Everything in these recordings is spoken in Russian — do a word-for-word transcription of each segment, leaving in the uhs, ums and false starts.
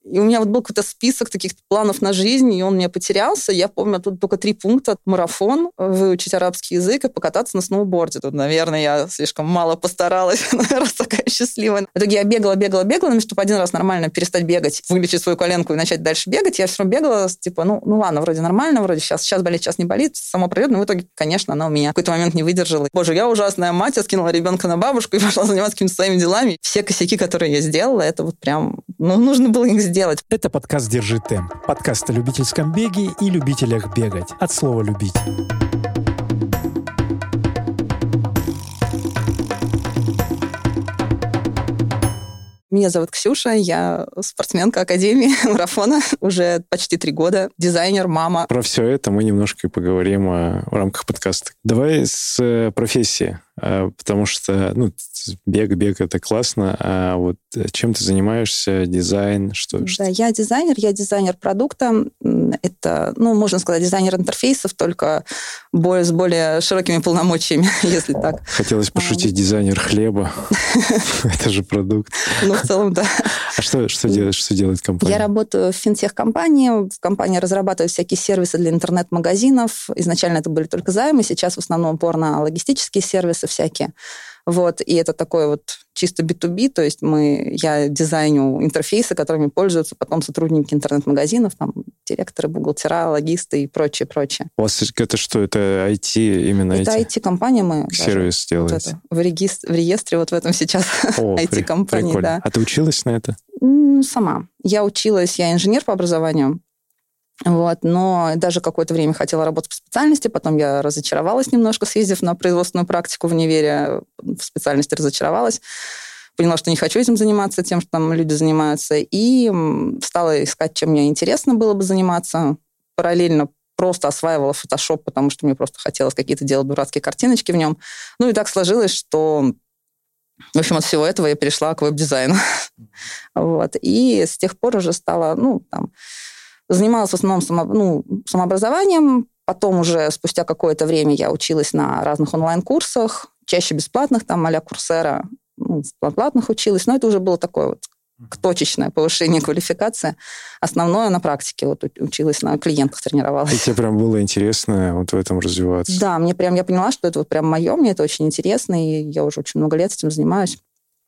И у меня вот был какой-то список таких планов на жизнь, и он мне потерялся. Я помню, тут только три пункта. Марафон, выучить арабский язык и покататься на сноуборде. Тут, наверное, я слишком мало постаралась, раз такая счастливая. В итоге я бегала, бегала, бегала, но чтобы один раз нормально перестать бегать, вылечить свою коленку и начать дальше бегать, я все равно бегала, типа, ну, ну ладно, вроде нормально, вроде сейчас, сейчас болит, сейчас не болит, само пройдет, но в итоге, конечно, она у меня в какой-то момент не выдержала. Боже, я ужасная мать, я скинула ребенка на бабушку и пошла заниматься какими-то своими делами. Все косяки, которые я сделала, это вот прям, ну, нужно было их сделать. Это подкаст «Держи темп». Подкаст о любительском беге и любителях бегать. От слова «любить». Меня зовут Ксюша, я спортсменка Академии марафона уже почти три года, дизайнер, мама. Про все это мы немножко поговорим в рамках подкаста. Давай с профессии, потому что ну, бег, бег — это классно, а вот чем ты занимаешься, дизайн, что? Да, что? я дизайнер, я дизайнер продукта. Это, ну, можно сказать, дизайнер интерфейсов, только более, с более широкими полномочиями, если так. Хотелось пошутить, дизайнер хлеба. Это же продукт. Ну, в целом, да. А что, что, делает, что делает компания? Я работаю в финтех-компании. Компания разрабатывает всякие сервисы для интернет-магазинов. Изначально это были только займы, сейчас в основном упор на логистические сервисы всякие. Вот, и это такой вот чисто би ту би, то есть мы, я дизайню интерфейсы, которыми пользуются потом сотрудники интернет-магазинов, там, директоры, бухгалтера, логисты и прочее, прочее. У вас это что? Это ай ти, именно это ай ти? ай ти-компания, мы сервис делаете? Вот это, в, регистр, в реестре вот в этом сейчас ай ти-компании, прикольно. да. А ты училась на это? Сама. Я училась, я инженер по образованию. Вот, но даже какое-то время хотела работать по специальности, потом я разочаровалась немножко, съездив на производственную практику в универе, в специальности разочаровалась, поняла, что не хочу этим заниматься, тем, что там люди занимаются, и стала искать, чем мне интересно было бы заниматься. Параллельно просто осваивала Photoshop, потому что мне просто хотелось какие-то делать дурацкие картиночки в нем. Ну и так сложилось, что... В общем, от всего этого я перешла к веб-дизайну. Вот. И с тех пор уже стала, ну, там... Занималась в основном само, ну, самообразованием. Потом уже спустя какое-то время я училась на разных онлайн-курсах, чаще бесплатных, там а-ля Курсера, ну, платных училась. Но это уже было такое вот точечное повышение квалификации. Основное на практике. Вот училась, на клиентах тренировалась. И тебе прям было интересно вот в этом развиваться? Да, мне прям, я поняла, что это вот прям мое, мне это очень интересно, и я уже очень много лет этим занимаюсь.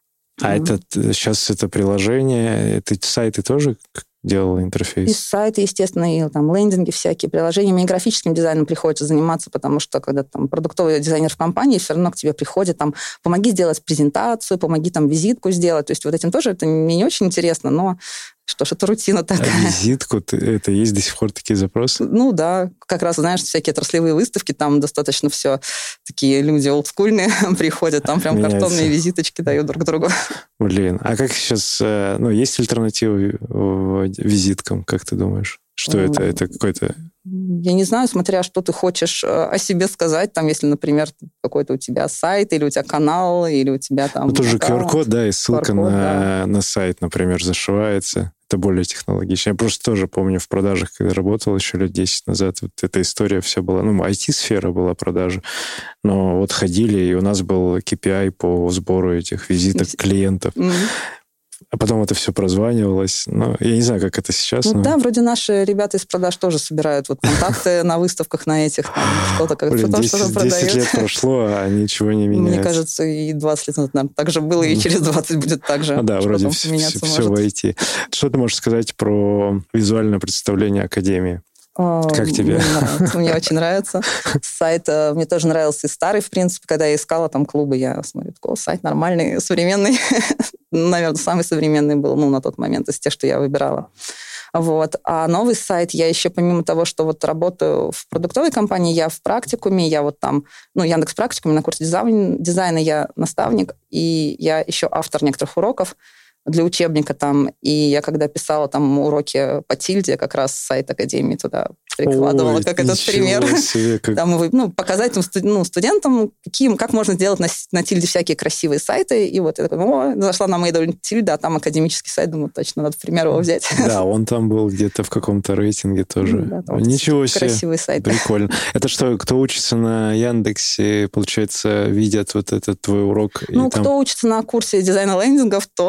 А mm. это сейчас это приложение, это сайты тоже делала интерфейс? И сайты, естественно, и там лендинги всякие, приложения. Мне графическим дизайном приходится заниматься, потому что когда там продуктовый дизайнер в компании, все равно к тебе приходит, там, помоги сделать презентацию, помоги там визитку сделать. То есть вот этим тоже это мне не очень интересно, но что ж, это рутина такая. А визитку, это есть до сих пор такие запросы? Ну да, как раз, знаешь, всякие отраслевые выставки, там достаточно все такие люди олдскульные приходят, там прям Меняется. Картонные визиточки дают друг другу. Блин, а как сейчас, ну, есть альтернативы визиткам, как ты думаешь? Что mm. это? Это какой-то... Я не знаю, смотря что ты хочешь о себе сказать, там, если, например, какой-то у тебя сайт, или у тебя канал, или у тебя там... Ну, тоже ку ар код, да, и ссылка на, да. на сайт, например, зашивается. Это более технологично. Я просто тоже помню в продажах, когда работал еще лет десять назад, вот эта история вся была, ну, ай ти-сфера была продажи, но вот ходили, и у нас был кей пи ай по сбору этих визиток клиентов. Mm-hmm. А потом это все прозванивалось. Ну, я не знаю, как это сейчас. Ну но... да, вроде наши ребята из продаж тоже собирают вот контакты на выставках, на этих, там, что-то как-то что-то продают. десять лет прошло, а ничего не меняется. Мне кажется, и двадцать лет назад, наверное, так же было, и через двадцать будет так же. Ну да, вроде все, все, все в ай ти. Что ты можешь сказать про визуальное представление Академии? Как тебе? Мне нравится, мне очень нравится. Сайт мне тоже нравился и старый, в принципе, когда я искала там клубы, я смотрю, такой сайт нормальный, современный. Наверное, самый современный был, ну, на тот момент из тех, что я выбирала. Вот. А новый сайт я еще, помимо того, что вот работаю в продуктовой компании, я в практикуме, я вот там, ну, Яндекс.Практикуме, на курсе дизайн, дизайна я наставник, и я еще автор некоторых уроков для учебника там. И я когда писала там уроки по тильде, как раз сайт Академии туда прикладывала, Ой, как этот пример. Себе, как... Там, ну, показать ну, студентам, какие, как можно сделать на, на тильде всякие красивые сайты. И вот я такой, о, зашла на Made тильда, а там академический сайт, думаю, точно, надо пример его взять. Да, он там был где-то в каком-то рейтинге тоже. Да, ничего себе. Красивый сайт. Прикольно. Это что, кто учится на Яндексе, получается, видят вот этот твой урок? Ну, и там... кто учится на курсе дизайна лендингов, тот, наверное,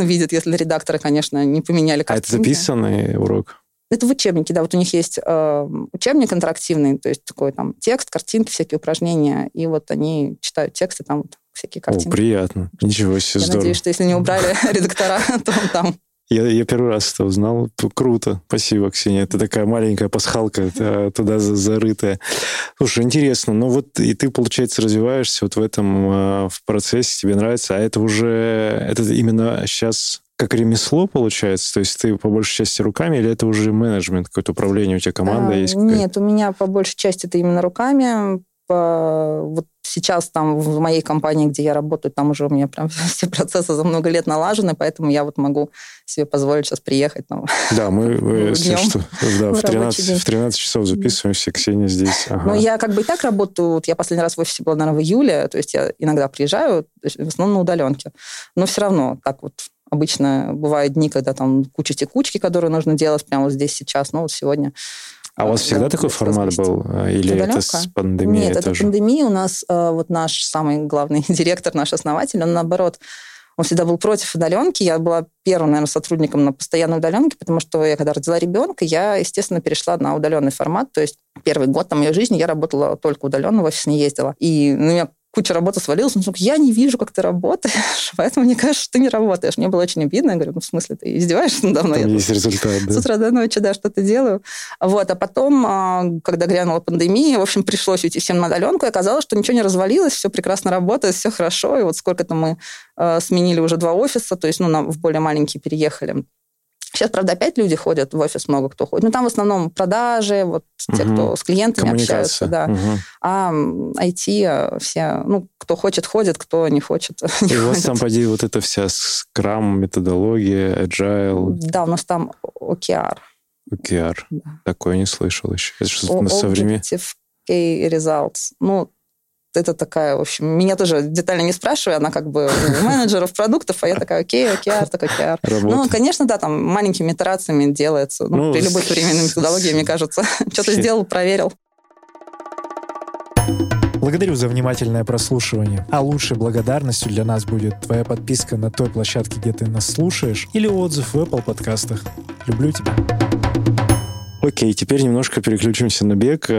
увидят, если редакторы, конечно, не поменяли картинки. А это записанный урок? Это в учебнике, да. Вот у них есть э, учебник интерактивный, то есть такой там текст, картинки, всякие упражнения, и вот они читают тексты, там вот всякие картинки. О, приятно. Ничего себе, Я здорово. надеюсь, что если не убрали редактора, то там... Я, я первый раз это узнал. Круто. Спасибо, Ксения. Это такая маленькая пасхалка туда зарытая. Слушай, интересно. Ну вот и ты, получается, развиваешься вот в этом в процессе, тебе нравится, а это уже... Это именно сейчас как ремесло, получается? То есть ты по большей части руками, или это уже менеджмент, какое-то управление, у тебя команда а, есть? Нет, у меня по большей части это именно руками. По... Вот сейчас там в моей компании, где я работаю, там уже у меня прям все процессы за много лет налажены, поэтому я вот могу себе позволить сейчас приехать. Там, да, мы если что, да, в, тринадцать, в тринадцать часов записываемся, Ксения здесь. Ага. Но я как бы и так работаю, вот я последний раз в офисе была, наверное, в июле, то есть я иногда приезжаю, в основном на удаленке, но все равно, как вот обычно бывают дни, когда там куча текучки, которые нужно делать прямо вот здесь сейчас, ну вот сегодня. А у вас всегда да, такой формат был? Или удаленка? Это с пандемией Нет, тоже? это пандемия. У нас вот наш самый главный директор, наш основатель, он наоборот, он всегда был против удаленки. Я была первым, наверное, сотрудником на постоянной удаленке, потому что я, когда родила ребенка, я, естественно, перешла на удаленный формат. То есть первый год там, моей жизни я работала только удаленно, в офис не ездила. И ну, я куча работы свалилась, но я не вижу, как ты работаешь, поэтому мне кажется, что ты не работаешь. Мне было очень обидно. Я говорю, ну, в смысле, ты издеваешься надо мной? Там есть результат, да? С утра до ночи, да, что-то делаю. Вот. А потом, когда грянула пандемия, в общем, пришлось уйти всем на удаленку, и оказалось, что ничего не развалилось, все прекрасно работает, все хорошо. И вот сколько-то мы э, сменили уже два офиса, то есть, ну, на, в более маленькие переехали. Сейчас, правда, опять люди ходят в офис, много кто ходит. Но там в основном продажи, вот те, угу. кто с клиентами общаются, да. Угу. А ай ти все, ну, кто хочет, ходит, кто не хочет, не И у вас ходит. там, поди, вот эта вся скрам, методология, agile. Да, у нас там о кей ар. о кей ар. Да. Такое не слышал еще. Это что-то О- на современном... Objective Key Results. Ну, это такая, в общем, меня тоже детально не спрашиваю, она как бы у менеджеров продуктов, а я такая, окей, о кей ар, так о кей ар. Ну, конечно, да, там маленькими итерациями делается. Ну, ну, при любой современной методологии, мне кажется. Что-то сделал, проверил. Благодарю за внимательное прослушивание. А лучшей благодарностью для нас будет твоя подписка на той площадке, где ты нас слушаешь, или отзыв в Apple подкастах. Люблю тебя. Окей, теперь немножко переключимся на бег.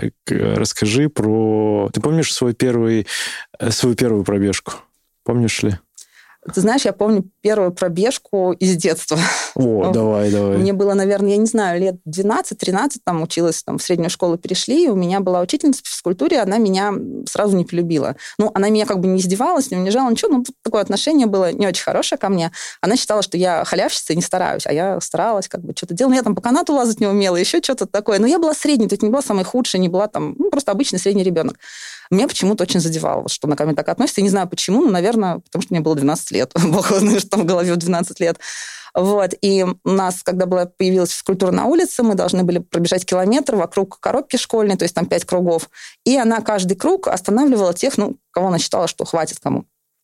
Расскажи про... Ты помнишь свой первый, свою первую пробежку? Помнишь ли? Ты знаешь, я помню первую пробежку из детства. О, давай, давай. Мне было, наверное, я не знаю, лет двенадцать-тринадцать, там училась, там в среднюю школу перешли, и у меня была учительница по физкультуре, она меня сразу не полюбила. Ну, она меня как бы не издевалась, не унижала, ничего, но такое отношение было не очень хорошее ко мне. Она считала, что я халявщица и не стараюсь, а я старалась, как бы что-то делала. Я там по канату лазать не умела, еще что-то такое. Но я была средней, то есть не была самой худшей, не была там, ну, просто обычный средний ребенок. Меня почему-то очень задевало, что она ко мне так относится. Я не знаю почему, но, наверное, потому что мне было двенадцать лет. Бог знает, что там в голове в двенадцать лет. Вот. И у нас, когда была, появилась физкультура на улице, мы должны были пробежать километр вокруг коробки школьной, то есть там пять кругов. И она каждый круг останавливала тех, ну, кого она считала, что хватит кому.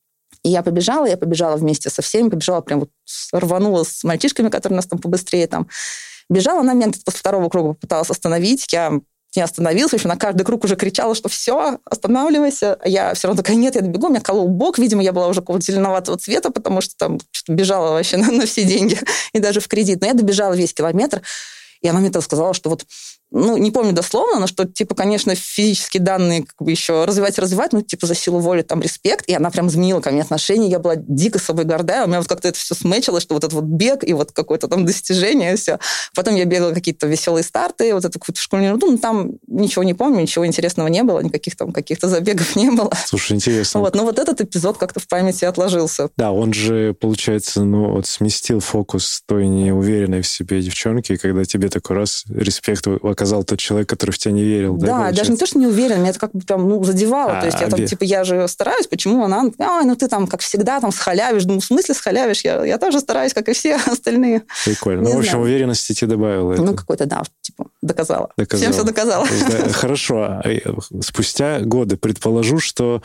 И я побежала, я побежала вместе со всеми, побежала прям вот, рванула с мальчишками, которые у нас там побыстрее там. Бежала, она меня после второго круга пыталась остановить, я не остановилась, в общем, на каждый круг уже кричала, что все, останавливайся. Я все равно такая, нет, я добегу, меня колол бок, видимо, я была уже какого-то зеленоватого цвета, потому что там бежала вообще на, на все деньги и даже в кредит. Но я добежала весь километр, и она мне тогда сказала, что вот, ну, не помню дословно, но что, типа, конечно, физические данные как бы еще развивать и развивать, ну, типа, за силу воли там респект, и она прям изменила ко мне отношение, я была дико собой гордая, у меня вот как-то это все смэчилось, что вот этот вот бег и вот какое-то там достижение, и все. Потом я бегала какие-то веселые старты, вот эту какую-то школьную ерунду, ну, там ничего не помню, ничего интересного не было, никаких там каких-то забегов не было. Слушай, интересно. Вот, но вот этот эпизод как-то в памяти отложился. Да, он же, получается, ну, вот сместил фокус той неуверенной в себе девчонки, когда тебе такой раз респект оказал тот человек, который в тебя не верил, да? Да, получается? даже не то, что не уверен, меня это как бы прям, ну, задевало. А, то есть я там, обе... типа, я же стараюсь, почему она, ай, ну ты там, как всегда, там схалявишь. Думаю, в смысле схалявишь? Я, я тоже стараюсь, как и все остальные. Прикольно. Не ну, в общем, знаю. уверенности тебе добавила это. Ну, какой-то, да, типа, доказала. доказала. Всем все доказала. Да, хорошо. Спустя годы предположу, что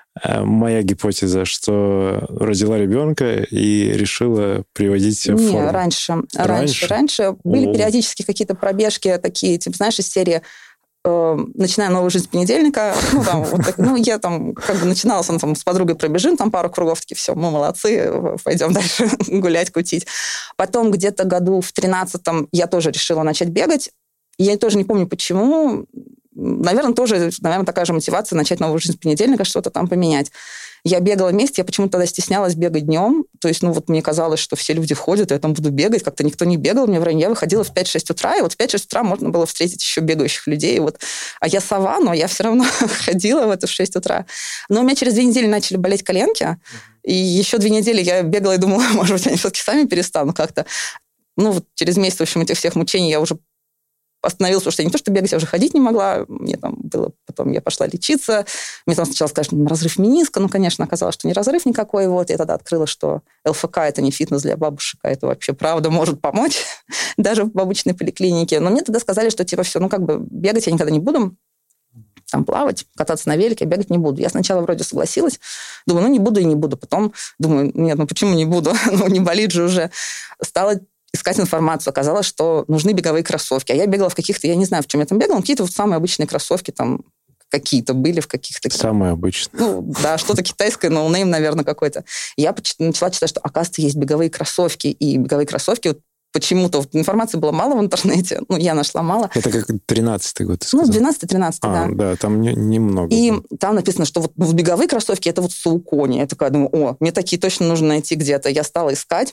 моя гипотеза, что родила ребенка и решила приводить себя в Не, форму. раньше. Раньше, раньше были О. периодически какие-то пробежки такие, типа, знаешь, из серии э, начинаем новую жизнь с понедельника. Ну, там, вот так, ну, я там как бы начинала с, там, с подругой пробежим, там пару кругов, такие, все, мы молодцы, пойдем дальше гулять, кутить. Потом где-то году в тринадцатом я тоже решила начать бегать. Я тоже не помню, почему. Наверное, тоже, наверное, такая же мотивация начать новую жизнь с понедельника, что-то там поменять. Я бегала вместе, я почему-то тогда стеснялась бегать днем. То есть, ну, вот мне казалось, что все люди ходят, и я там буду бегать. Как-то никто не бегал мне в районе. Я выходила в пять-шесть утра, и вот в пять-шесть утра можно было встретить еще бегающих людей. Вот. А я сова, но я все равно ходила в это в шесть утра. Но у меня через две недели начали болеть коленки. И еще две недели я бегала и думала, может быть, они все-таки сами перестанут как-то. Ну, вот через месяц, в общем, этих всех мучений я уже остановилась, потому что я не то, что бегать, я уже ходить не могла. Мне там было... Потом я пошла лечиться. Мне там сначала сказали, что разрыв мениска. Ну, конечно, оказалось, что не разрыв никакой. Вот. Я тогда открыла, что ЛФК – это не фитнес для бабушек, а это вообще правда может помочь даже в обычной поликлинике. Но мне тогда сказали, что типа все, ну, как бы бегать я никогда не буду. Там плавать, кататься на велике, бегать не буду. Я сначала вроде согласилась. Думаю, ну, не буду и не буду. Потом думаю, нет, ну, почему не буду? Ну, не болит же уже. Стала искать информацию. Оказалось, что нужны беговые кроссовки. А я бегала в каких-то, я не знаю, в чем я там бегала, какие-то вот самые обычные кроссовки там какие-то были в каких-то... Самые обычные. Ну, да, что-то китайское, ноунейм, наверное, какой-то. Я начала читать, что, оказывается, есть беговые кроссовки, и беговые кроссовки вот почему-то вот, информации было мало в интернете, ну, я нашла мало. Это как тринадцатый год, ты сказала? Ну, двенадцатый-тринадцатый, а, да. Да, там немного. Не и было. Там написано, что вот ну, беговые кроссовки, это вот Саукони. Я такая думаю, о, мне такие точно нужно найти где-то. Я стала искать.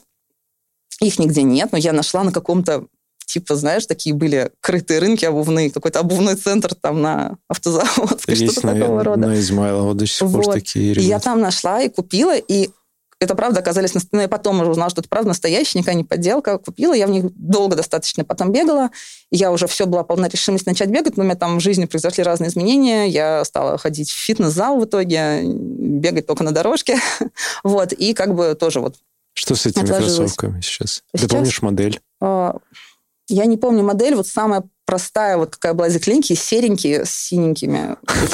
Их нигде нет, но я нашла на каком-то, типа, знаешь, такие были крытые рынки обувные, какой-то обувной центр там на Автозаводской, что-то на, такого рода. На Измайлово до сих пор вот. такие ребята. И я там нашла и купила, и это правда оказались... Ну, я потом уже узнала, что это правда настоящая, никакая не подделка. Купила, я в них долго достаточно потом бегала. Я уже все была полна решимость начать бегать, но у меня там в жизни произошли разные изменения. Я стала ходить в фитнес-зал в итоге, бегать только на дорожке. вот, и как бы тоже вот Что с этими отложилось. кроссовками сейчас? сейчас? Ты помнишь модель? Я не помню модель, вот самая простая, вот какая была из клиники, серенькие с синенькими.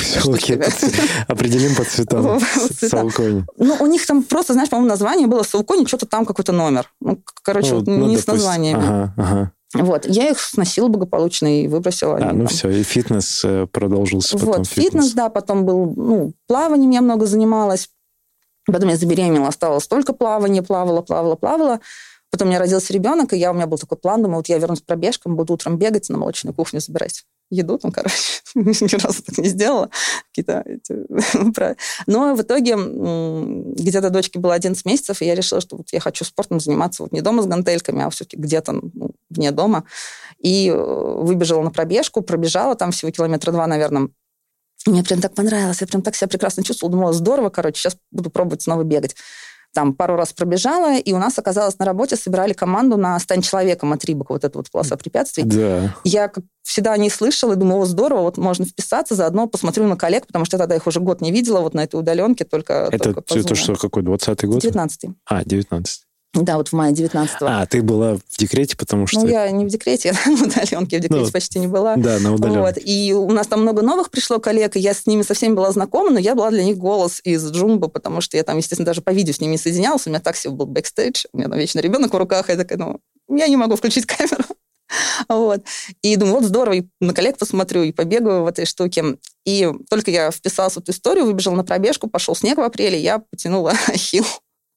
Определим по цветам. Саукони. Ну, у них там просто, знаешь, по-моему, название было Саукони, что-то там какой-то номер. Ну, короче, вот не с названиями. Ага, ага. Вот, я их сносила благополучно и выбросила. А, ну все, и фитнес продолжился потом. Вот, фитнес, да, потом был, ну, плаванием я много занималась. Потом я забеременела, осталось только плавание, плавала, плавала, плавала. Потом у меня родился ребенок, и я, у меня был такой план, думаю, вот я вернусь к пробежкам, буду утром бегать, на молочную кухню забирать еду, там, короче, ни разу так не сделала. Какие-то эти... Но в итоге где-то дочке было одиннадцать месяцев, и я решила, что вот я хочу спортом заниматься вот не дома с гантельками, а все-таки где-то ну, вне дома. И выбежала на пробежку, пробежала там всего километра два, наверное. Мне прям так понравилось, я прям так себя прекрасно чувствовала, думала, здорово, короче, сейчас буду пробовать снова бегать. Там пару раз пробежала, и у нас оказалось на работе, собирали команду на «Стань человеком» от Рибок, вот эта вот полоса препятствий. Да. Я как всегда о ней слышала и думала, о, здорово, вот можно вписаться, заодно посмотрю на коллег, потому что я тогда их уже год не видела, вот на этой удаленке только Это, только это что, какой, двадцатый год? девятнадцатый. А, девятнадцатый. Да, вот в мае девятнадцатого. А, ты была в декрете, потому что... Ну, я не в декрете, я на удаленке, я в декрете ну, почти не была. Да, на удаленке. Вот. И у нас там много новых пришло коллег, и я с ними со всеми была знакома, но я была для них голос из Джумбо, потому что я там, естественно, даже по видео с ними соединялась, у меня так себе был бэкстейдж, у меня там вечно ребенок в руках, я такая, ну, я не могу включить камеру. Вот. И думаю, вот здорово, и на коллег посмотрю, и побегаю в этой штуке. И только я вписалась в эту историю, выбежала на пробежку, пошел снег в апреле, я потянула ахилл.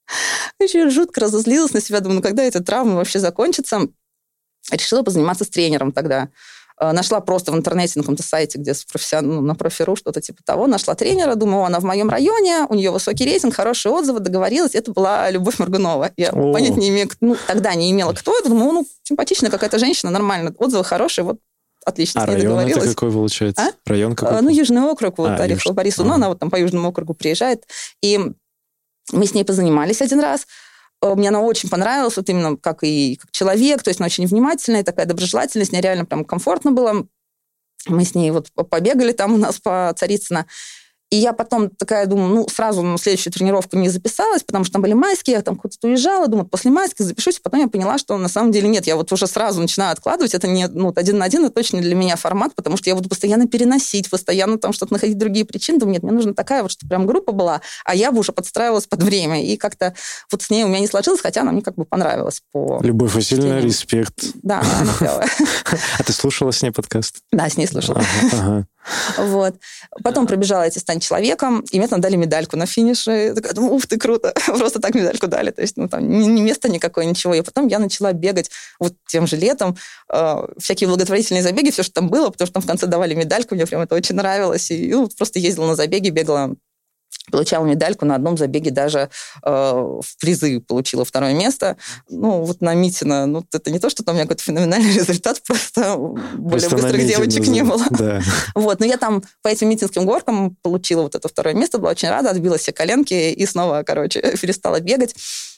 Я жутко разозлилась на себя, думаю, ну когда эта травма вообще закончится? Решила позаниматься с тренером тогда. Нашла просто в интернете на каком-то сайте, где профессион... ну, на профи.ру, что-то типа того. Нашла тренера, думаю, она в моем районе, у нее высокий рейтинг, хорошие отзывы, договорилась. Это была Любовь Моргунова. Я О. понять не имею, ну, тогда не имела, кто это. Думаю, ну, симпатичная какая-то женщина, нормально, отзывы хорошие, вот отлично а с ней район договорилась. Это какой получается? А? Район какой? Ну, Южный округ, вот, а, Орехово, Юж... Борисов. А. Ну, она вот там по Южному округу приезжает. И мы с ней позанимались один раз. Мне она очень понравилась, вот именно как и как человек, то есть она очень внимательная, такая доброжелательная, с ней реально прям комфортно было. Мы с ней вот побегали там у нас по Царицыно. И я потом такая думаю, ну, сразу на следующую тренировку не записалась, потому что там были майские, я там куда-то уезжала, думаю, после майских запишусь, и потом я поняла, что на самом деле нет, я вот уже сразу начинаю откладывать, это не, ну, один на один, это точно для меня формат, потому что я буду постоянно переносить, постоянно там что-то находить другие причины, думаю, нет, мне нужна такая вот, чтобы прям группа была, а я бы уже подстраивалась под время, и как-то вот с ней у меня не сложилось, хотя она мне как бы понравилась по... Любовь Васильевна, респект. Да, она клевая. А ты слушала с ней подкаст? Да, с ней слушала. Вот. Потом пробежала эти «Стань человеком», и мне там дали медальку на финише. Я такая, думаю, уф ты, круто. Просто так медальку дали. То есть, ну, там ни, ни места никакое, ничего. И потом я начала бегать вот тем же летом. Э, всякие благотворительные забеги, все, что там было, потому что там в конце давали медальку, мне прям это очень нравилось. И ну, просто ездила на забеги, бегала, получала медальку, на одном забеге даже э, в призы получила второе место. Ну, вот на Митино, ну, это не то, что там у меня какой-то феноменальный результат, просто более быстрых девочек не было. Да. Вот, но я там по этим митинским горкам получила вот это второе место, была очень рада, отбила все коленки и снова, короче, перестала бегать.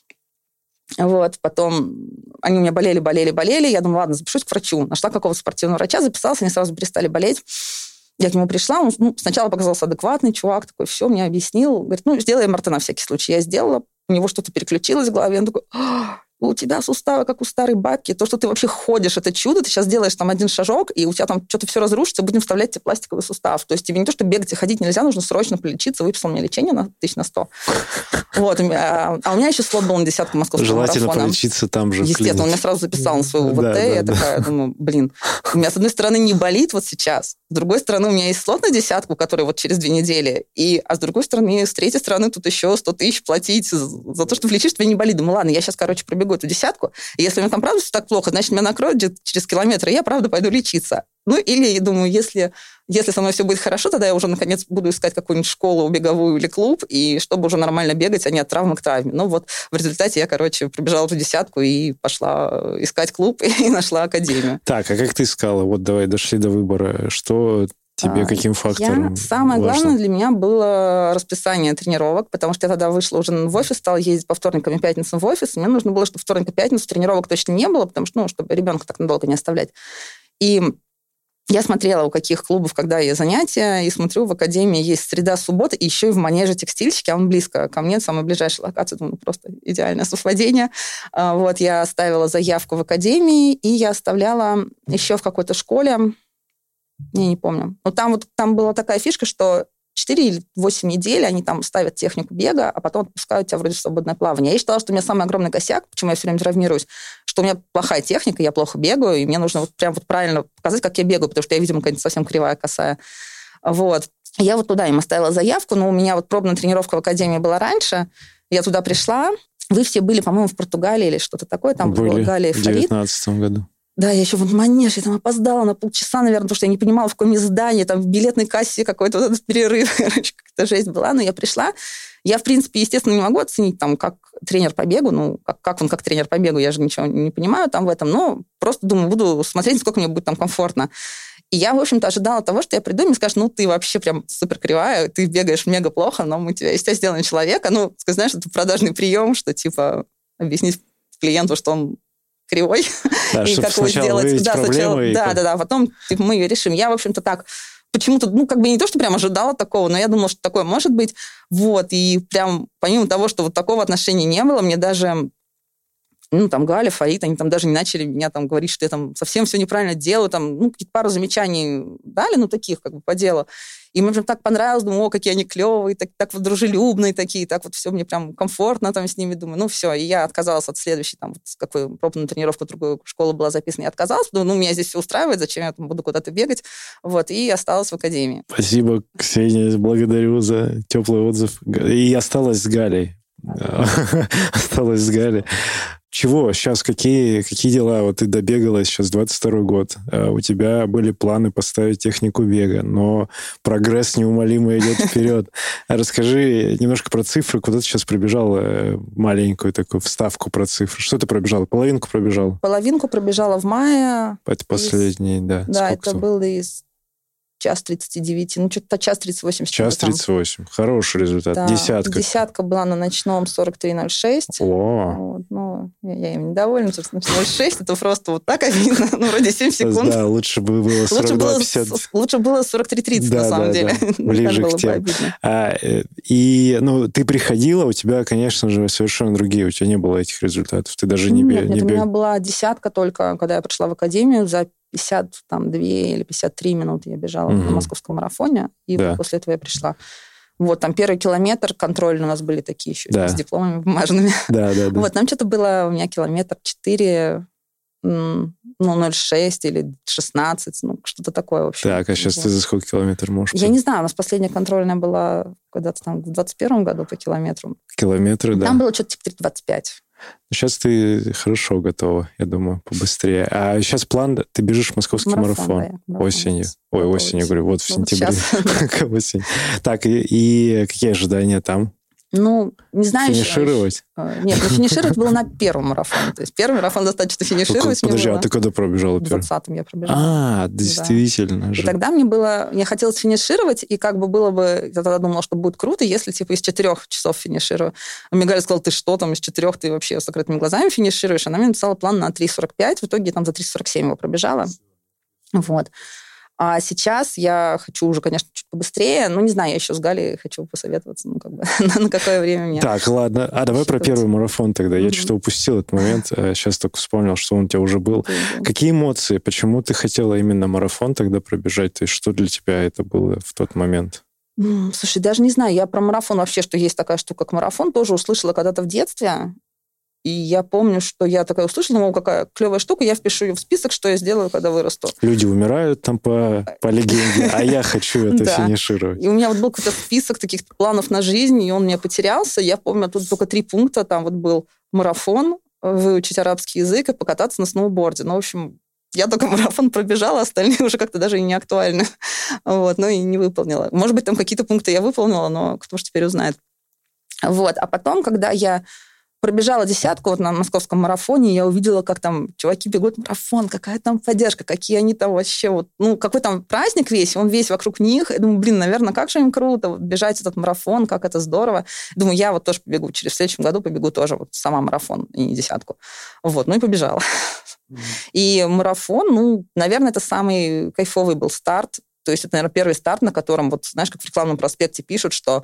Вот, потом они у меня болели, болели, болели, я думаю, ладно, запишусь к врачу. Нашла какого-то спортивного врача, записалась, они сразу перестали болеть. Я к нему пришла, он ну, сначала показался адекватный чувак, такой, все, мне объяснил. Говорит, ну, сделай эм эр тэ на всякий случай. Я сделала, у него что-то переключилось в голове. Он такой, у тебя суставы, как у старой бабки. То, что ты вообще ходишь, это чудо. Ты сейчас делаешь там один шажок, и у тебя там что-то все разрушится, будем вставлять тебе пластиковый сустав. То есть тебе не то, что бегать и ходить нельзя, нужно срочно полечиться. Выписал мне лечение на тысяч на сто. Вот. А у меня еще слот был на десятку московского марафона. Желательно полечиться там же. Естественно, он меня сразу записал на свою УВТ. Я такая думаю, блин, у меня с одной стороны не болит вот сейчас, с другой стороны у меня есть слот на десятку, который вот через две недели, и, а с другой стороны, с третьей стороны тут еще сто тысяч платить за то, что влечишь, тебе не болит. Думаю, ладно, я сейчас, короче, пробегу эту десятку, и если у меня там правда все так плохо, значит, меня накроют через километр, и я, правда, пойду лечиться. Ну, или, думаю, если, если со мной все будет хорошо, тогда я уже, наконец, буду искать какую-нибудь школу беговую или клуб, и чтобы уже нормально бегать, а не от травмы к травме. Ну, вот в результате я, короче, пробежала эту десятку и пошла искать клуб, и нашла академию. Так, а как ты искала? Вот давай, дошли до выбора. Что тебе, каким фактором? Я, самое важно? главное для меня было расписание тренировок, потому что я тогда вышла уже в офис, стала ездить по вторникам и пятницам в офис, и мне нужно было, чтобы вторник и пятницу тренировок точно не было, потому что, ну, чтобы ребенка так надолго не оставлять. И я смотрела, у каких клубов, когда есть занятия, и смотрю, в академии есть среда, суббота, и еще и в манеже текстильщики, а он близко ко мне, самая ближайшая локация, думаю, просто идеальное совпадение. Вот, я оставила заявку в академии, и я оставляла еще в какой-то школе, я не помню, но там вот там была такая фишка, что четыре или восемь недель они там ставят технику бега, а потом отпускают тебя вроде в свободное плавание. Я считала, что у меня самый огромный косяк, почему я все время травмируюсь, что у меня плохая техника, я плохо бегаю, и мне нужно вот прям вот правильно показать, как я бегаю, потому что я, видимо, какая-то совсем кривая, косая. Вот. Я вот туда им оставила заявку, но у меня вот пробная тренировка в академии была раньше, я туда пришла, вы все были, по-моему, в Португалии или что-то такое, там были была Галия Фарид. В девятнадцатом году. Да, я еще в манеж, я там опоздала на полчаса, наверное, потому что я не понимала, в каком мне здании, там в билетной кассе какой-то вот этот перерыв, короче, какая-то жесть была, но я пришла. Я, в принципе, естественно, не могу оценить, там, как тренер по бегу, ну, как, как он как тренер по бегу, я же ничего не понимаю там в этом, но просто, думаю, буду смотреть, насколько мне будет там комфортно. И я, в общем-то, ожидала того, что я приду, и мне скажут, ну, ты вообще прям супер кривая, ты бегаешь мега плохо, но мы тебя из тебя сделаем человека. Ну, знаешь, это продажный прием, что, типа, объяснить клиенту, что он кривой, да, и как его сделать. Да, сначала, и да, как... да, да, потом типа, мы ее решим. Я, в общем-то, так почему-то, ну, как бы не то, что прям ожидала такого, но я думала, что такое может быть. Вот, и прям помимо того, что вот такого отношения не было, мне даже, ну, там, Галя, Фарид, они там даже не начали меня там говорить, что я там совсем все неправильно делаю, там, ну, какие-то пару замечаний дали, ну, таких, как бы, по делу. И мне прям так понравилось, думаю, о, какие они клевые, так, так вот дружелюбные такие, так вот все мне прям комфортно там с ними, думаю, ну все, и я отказалась от следующей, там, вот, какую пробную тренировку в другую школу была записана, я отказалась, думаю, ну, меня здесь все устраивает, зачем я там буду куда-то бегать, вот, и осталась в академии. Спасибо, Ксения, благодарю за теплый отзыв. И осталась с Галей. Осталась с Галей. Чего? Сейчас какие, какие дела? Вот ты добегала, сейчас двадцать второй год. У тебя были планы поставить технику бега, но прогресс неумолимо идет вперед. Расскажи немножко про цифры. Куда ты сейчас пробежала маленькую такую вставку про цифры? Что ты пробежала? Половинку пробежала? Половинку пробежала в мае. Это последний, из... да. Да, Сколько это был из час тридцать девять, ну, что-то час тридцать восемь. Час тридцать восемь. Хороший результат. Да. Десятка. Десятка была на ночном сорок три ноль шесть. О. Вот, ну, я, я им недовольна, собственно, ноль шесть, это просто вот так обидно. Ну, вроде семь секунд. Да, лучше бы было сорок два пятьдесят. Лучше было сорок три тридцать, да, на самом да, деле. Да. Ближе к тем. А, и, ну, ты приходила, у тебя, конечно же, совершенно другие, у тебя не было этих результатов. Ты даже не бег. Нет, нет, у меня была десятка только, когда я пришла в академию, за пятьдесят две или пятьдесят три минуты я бежала угу. на московском марафоне, и да. после этого я пришла. Вот, там первый километр, контрольные у нас были такие еще, да. с дипломами бумажными. Да, да, да. Вот, там что-то было, у меня километр четыре, ну, ноль шесть или шестнадцать, ну, что-то такое вообще. Так, а сейчас вот. Ты за сколько километров можешь? Я не знаю, у нас последняя контрольная была когда-то там в двадцать первом году по километру. Километры, да. Там было что-то типа двадцать пять. Сейчас ты хорошо готова, я думаю, побыстрее. А сейчас план, ты бежишь московский марафон, марафон, да, марафон. Осенью. Ой, осенью, осенью, говорю, вот в ну, сентябре. Вот осень. Так, и, и какие ожидания там? Ну, не знаю. Финишировать? Еще. Нет, ну, финишировать было на первом марафоне. То есть первый марафон достаточно финишировать. Подожди, а ты когда пробежала первый? В двадцатом я пробежала. А, действительно да. же. И тогда мне было... Я хотела финишировать, и как бы было бы... Я тогда думала, что будет круто, если типа из четырех часов финиширую. А мне Галя сказала, ты что там, из четырех ты вообще с закрытыми глазами финишируешь? Она мне написала план на три сорок пять. В итоге я там за три сорок семь его пробежала. Вот. А сейчас я хочу уже, конечно, чуть побыстрее. Ну, не знаю, я еще с Галей хочу посоветоваться, ну, как бы, на какое время мне... Так, ладно. А давай про первый марафон тогда. Я что-то упустил этот момент. Сейчас только вспомнил, что он у тебя уже был. Какие эмоции? Почему ты хотела именно марафон тогда пробежать? То есть что для тебя это было в тот момент? Слушай, даже не знаю. Я про марафон вообще, что есть такая штука, как марафон, тоже услышала когда-то в детстве. И я помню, что я такая услышала, думала, какая клевая штука, я впишу ее в список, что я сделаю, когда вырасту. Люди умирают там по, по легенде, а я хочу это финишировать. И у меня вот был какой-то список таких планов на жизнь, и он у меня потерялся. Я помню, тут только три пункта. Там вот был марафон, выучить арабский язык и покататься на сноуборде. Ну, в общем, я только марафон пробежала, остальные уже как-то даже и не актуальны. Вот, ну и не выполнила. Может быть, там какие-то пункты я выполнила, но кто ж теперь узнает. Вот, а потом, когда я пробежала десятку вот на московском марафоне, я увидела, как там чуваки бегут марафон, какая там поддержка, какие они там вообще вот, ну, какой там праздник весь, он весь вокруг них. Я думаю, блин, наверное, как же им круто вот, бежать этот марафон, как это здорово. Думаю, я вот тоже побегу, через в следующем году побегу тоже вот сама марафон, и не десятку. Вот, ну и побежала. Mm-hmm. И марафон, ну, наверное, это самый кайфовый был старт. То есть это, наверное, первый старт, на котором, вот, знаешь, как в рекламном проспекте пишут, что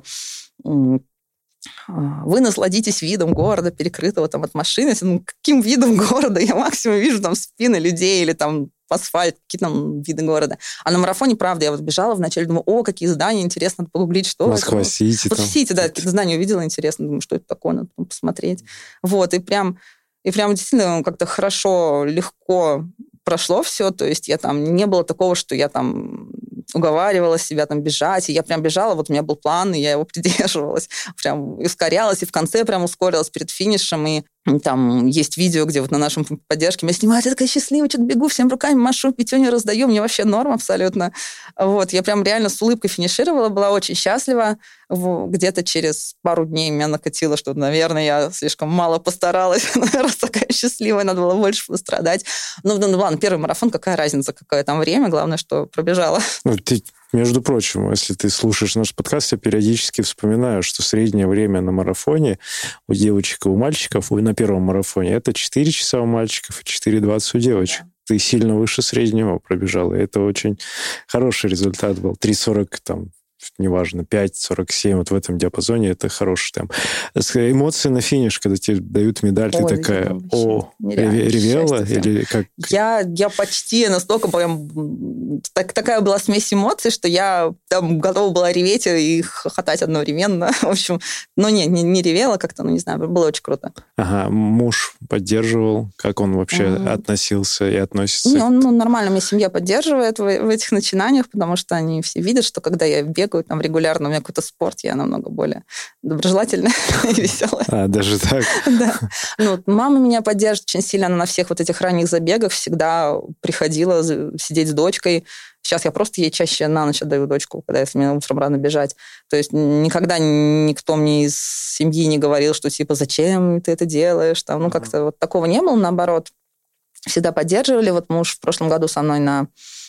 вы насладитесь видом города, перекрытого там от машины. Ну, каким видом города? Я максимум вижу там спины людей или там асфальт, какие там виды города. А на марафоне, правда, я вот бежала вначале, думаю, о, какие здания, интересно, надо погуглить, что Москва-Сити. Вот в Сити, да, какие-то здания увидела, интересно, думаю, что это такое, надо посмотреть. Вот, и прям, и прям действительно как-то хорошо, легко прошло все, то есть я там, не было такого, что я там уговаривала себя там бежать, и я прям бежала, вот у меня был план, и я его придерживалась, прям ускорялась, и в конце прям ускорилась перед финишем, и там есть видео, где вот на нашем поддержке меня снимают, я такая счастливая, что-то бегу, всем руками машу, пятюню раздаю, мне вообще норм абсолютно. Вот, я прям реально с улыбкой финишировала, была очень счастлива. Где-то через пару дней меня накатило, что, наверное, я слишком мало постаралась, раз такая счастливая, надо было больше пострадать. Ну, ну, ладно, первый марафон, какая разница, какое там время, главное, что пробежала. Ну, ты, между прочим, если ты слушаешь наш подкаст, я периодически вспоминаю, что среднее время на марафоне у девочек и у мальчиков, и на первом марафоне, это четыре часа у мальчиков и четыре двадцать у девочек. Да. Ты сильно выше среднего пробежала, и это очень хороший результат был. три сорок там, неважно, пять сорок семь, вот в этом диапазоне, это хороший темп. Эмоции на финиш, когда тебе дают медаль, Ой, ты такая, о, ревела? Или как? Я, я почти настолько прям... Так, такая была смесь эмоций, что я там готова была реветь и хохотать одновременно. В общем, ну не, не, не ревела как-то, ну не знаю, было очень круто. Ага, муж поддерживал? Как он вообще mm. относился и относится? Не, он ну, нормально, меня семья поддерживает в, в этих начинаниях, потому что они все видят, что когда я бегаю там регулярно, у меня какой-то спорт, я намного более доброжелательная и веселая. А, даже так? Да. Ну, мама меня поддерживает очень сильно, она на всех вот этих ранних забегах всегда приходила сидеть с дочкой. Сейчас я просто ей чаще на ночь отдаю дочку, когда если мне утром рано бежать. То есть никогда никто мне из семьи не говорил, что типа зачем ты это делаешь? Там, ну, как-то вот такого не было, наоборот. Всегда поддерживали. Вот муж в прошлом году со мной на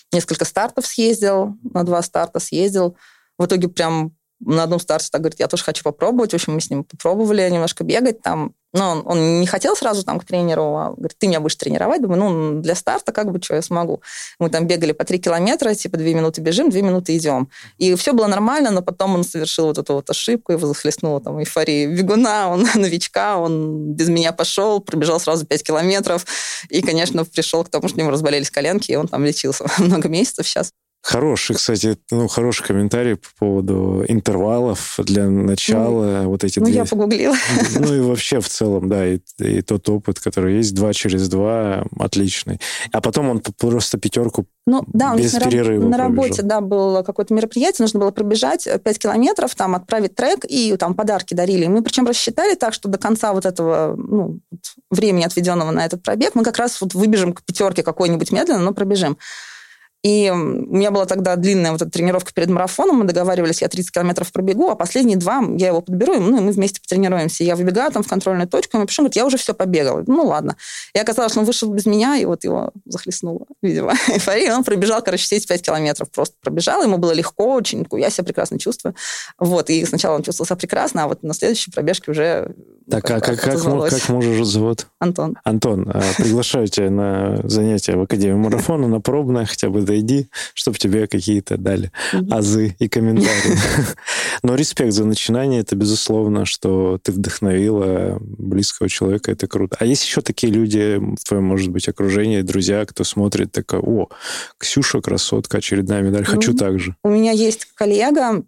несколько стартов съездил, на два старта съездил. В итоге прям на одном старте так говорит, я тоже хочу попробовать. В общем, мы с ним попробовали немножко бегать там. Но он, он не хотел сразу там к тренеру, а говорит, ты меня будешь тренировать. Думаю, ну, для старта как бы, что я смогу. Мы там бегали по три километра, типа две минуты бежим, две минуты идем. И все было нормально, но потом он совершил вот эту вот ошибку, его захлестнула там эйфория бегуна, он новичка, он без меня пошел, пробежал сразу пять километров. И, конечно, пришел к тому, что у него разболелись коленки, и он там лечился много месяцев сейчас. Хороший, кстати, ну, хороший комментарий по поводу интервалов для начала. Ну, вот эти ну две... я погуглила. Ну, и вообще в целом, да, и, и тот опыт, который есть, два через два, отличный. А потом он просто пятерку ну, да, без на перерыва раб- На пробежал. работе, да, было какое-то мероприятие, нужно было пробежать пять километров, там, отправить трек, и там подарки дарили. И мы причем рассчитали так, что до конца вот этого ну, времени, отведенного на этот пробег, мы как раз вот выбежим к пятерке какой-нибудь медленно, но пробежим. И у меня была тогда длинная вот эта тренировка перед марафоном, мы договаривались, я тридцать километров пробегу, а последние два я его подберу, ну, и мы вместе потренируемся. Я выбегаю там в контрольную точку, и мне пишу, говорит, я уже все побегал. Ну, ладно. И оказалось, что он вышел без меня, и вот его захлестнуло, видимо, эйфория. Он пробежал, короче, все эти пять километров. Просто пробежал, ему было легко очень, я себя прекрасно чувствую. Вот, и сначала он чувствовал себя прекрасно, а вот на следующей пробежке уже... Так, ну, как, а как, как, как мужа зовут? Антон. Антон, приглашаю тебя на занятия в Академию марафона, на пробное, хотя бы дойди, чтобы тебе какие-то дали азы и комментарии. Но респект за начинание, это безусловно, что ты вдохновила близкого человека, это круто. А есть еще такие люди в твоем, может быть, окружении, друзья, кто смотрит, такой, о, Ксюша, красотка, очередная медаль, хочу ну, так же. У меня есть коллега,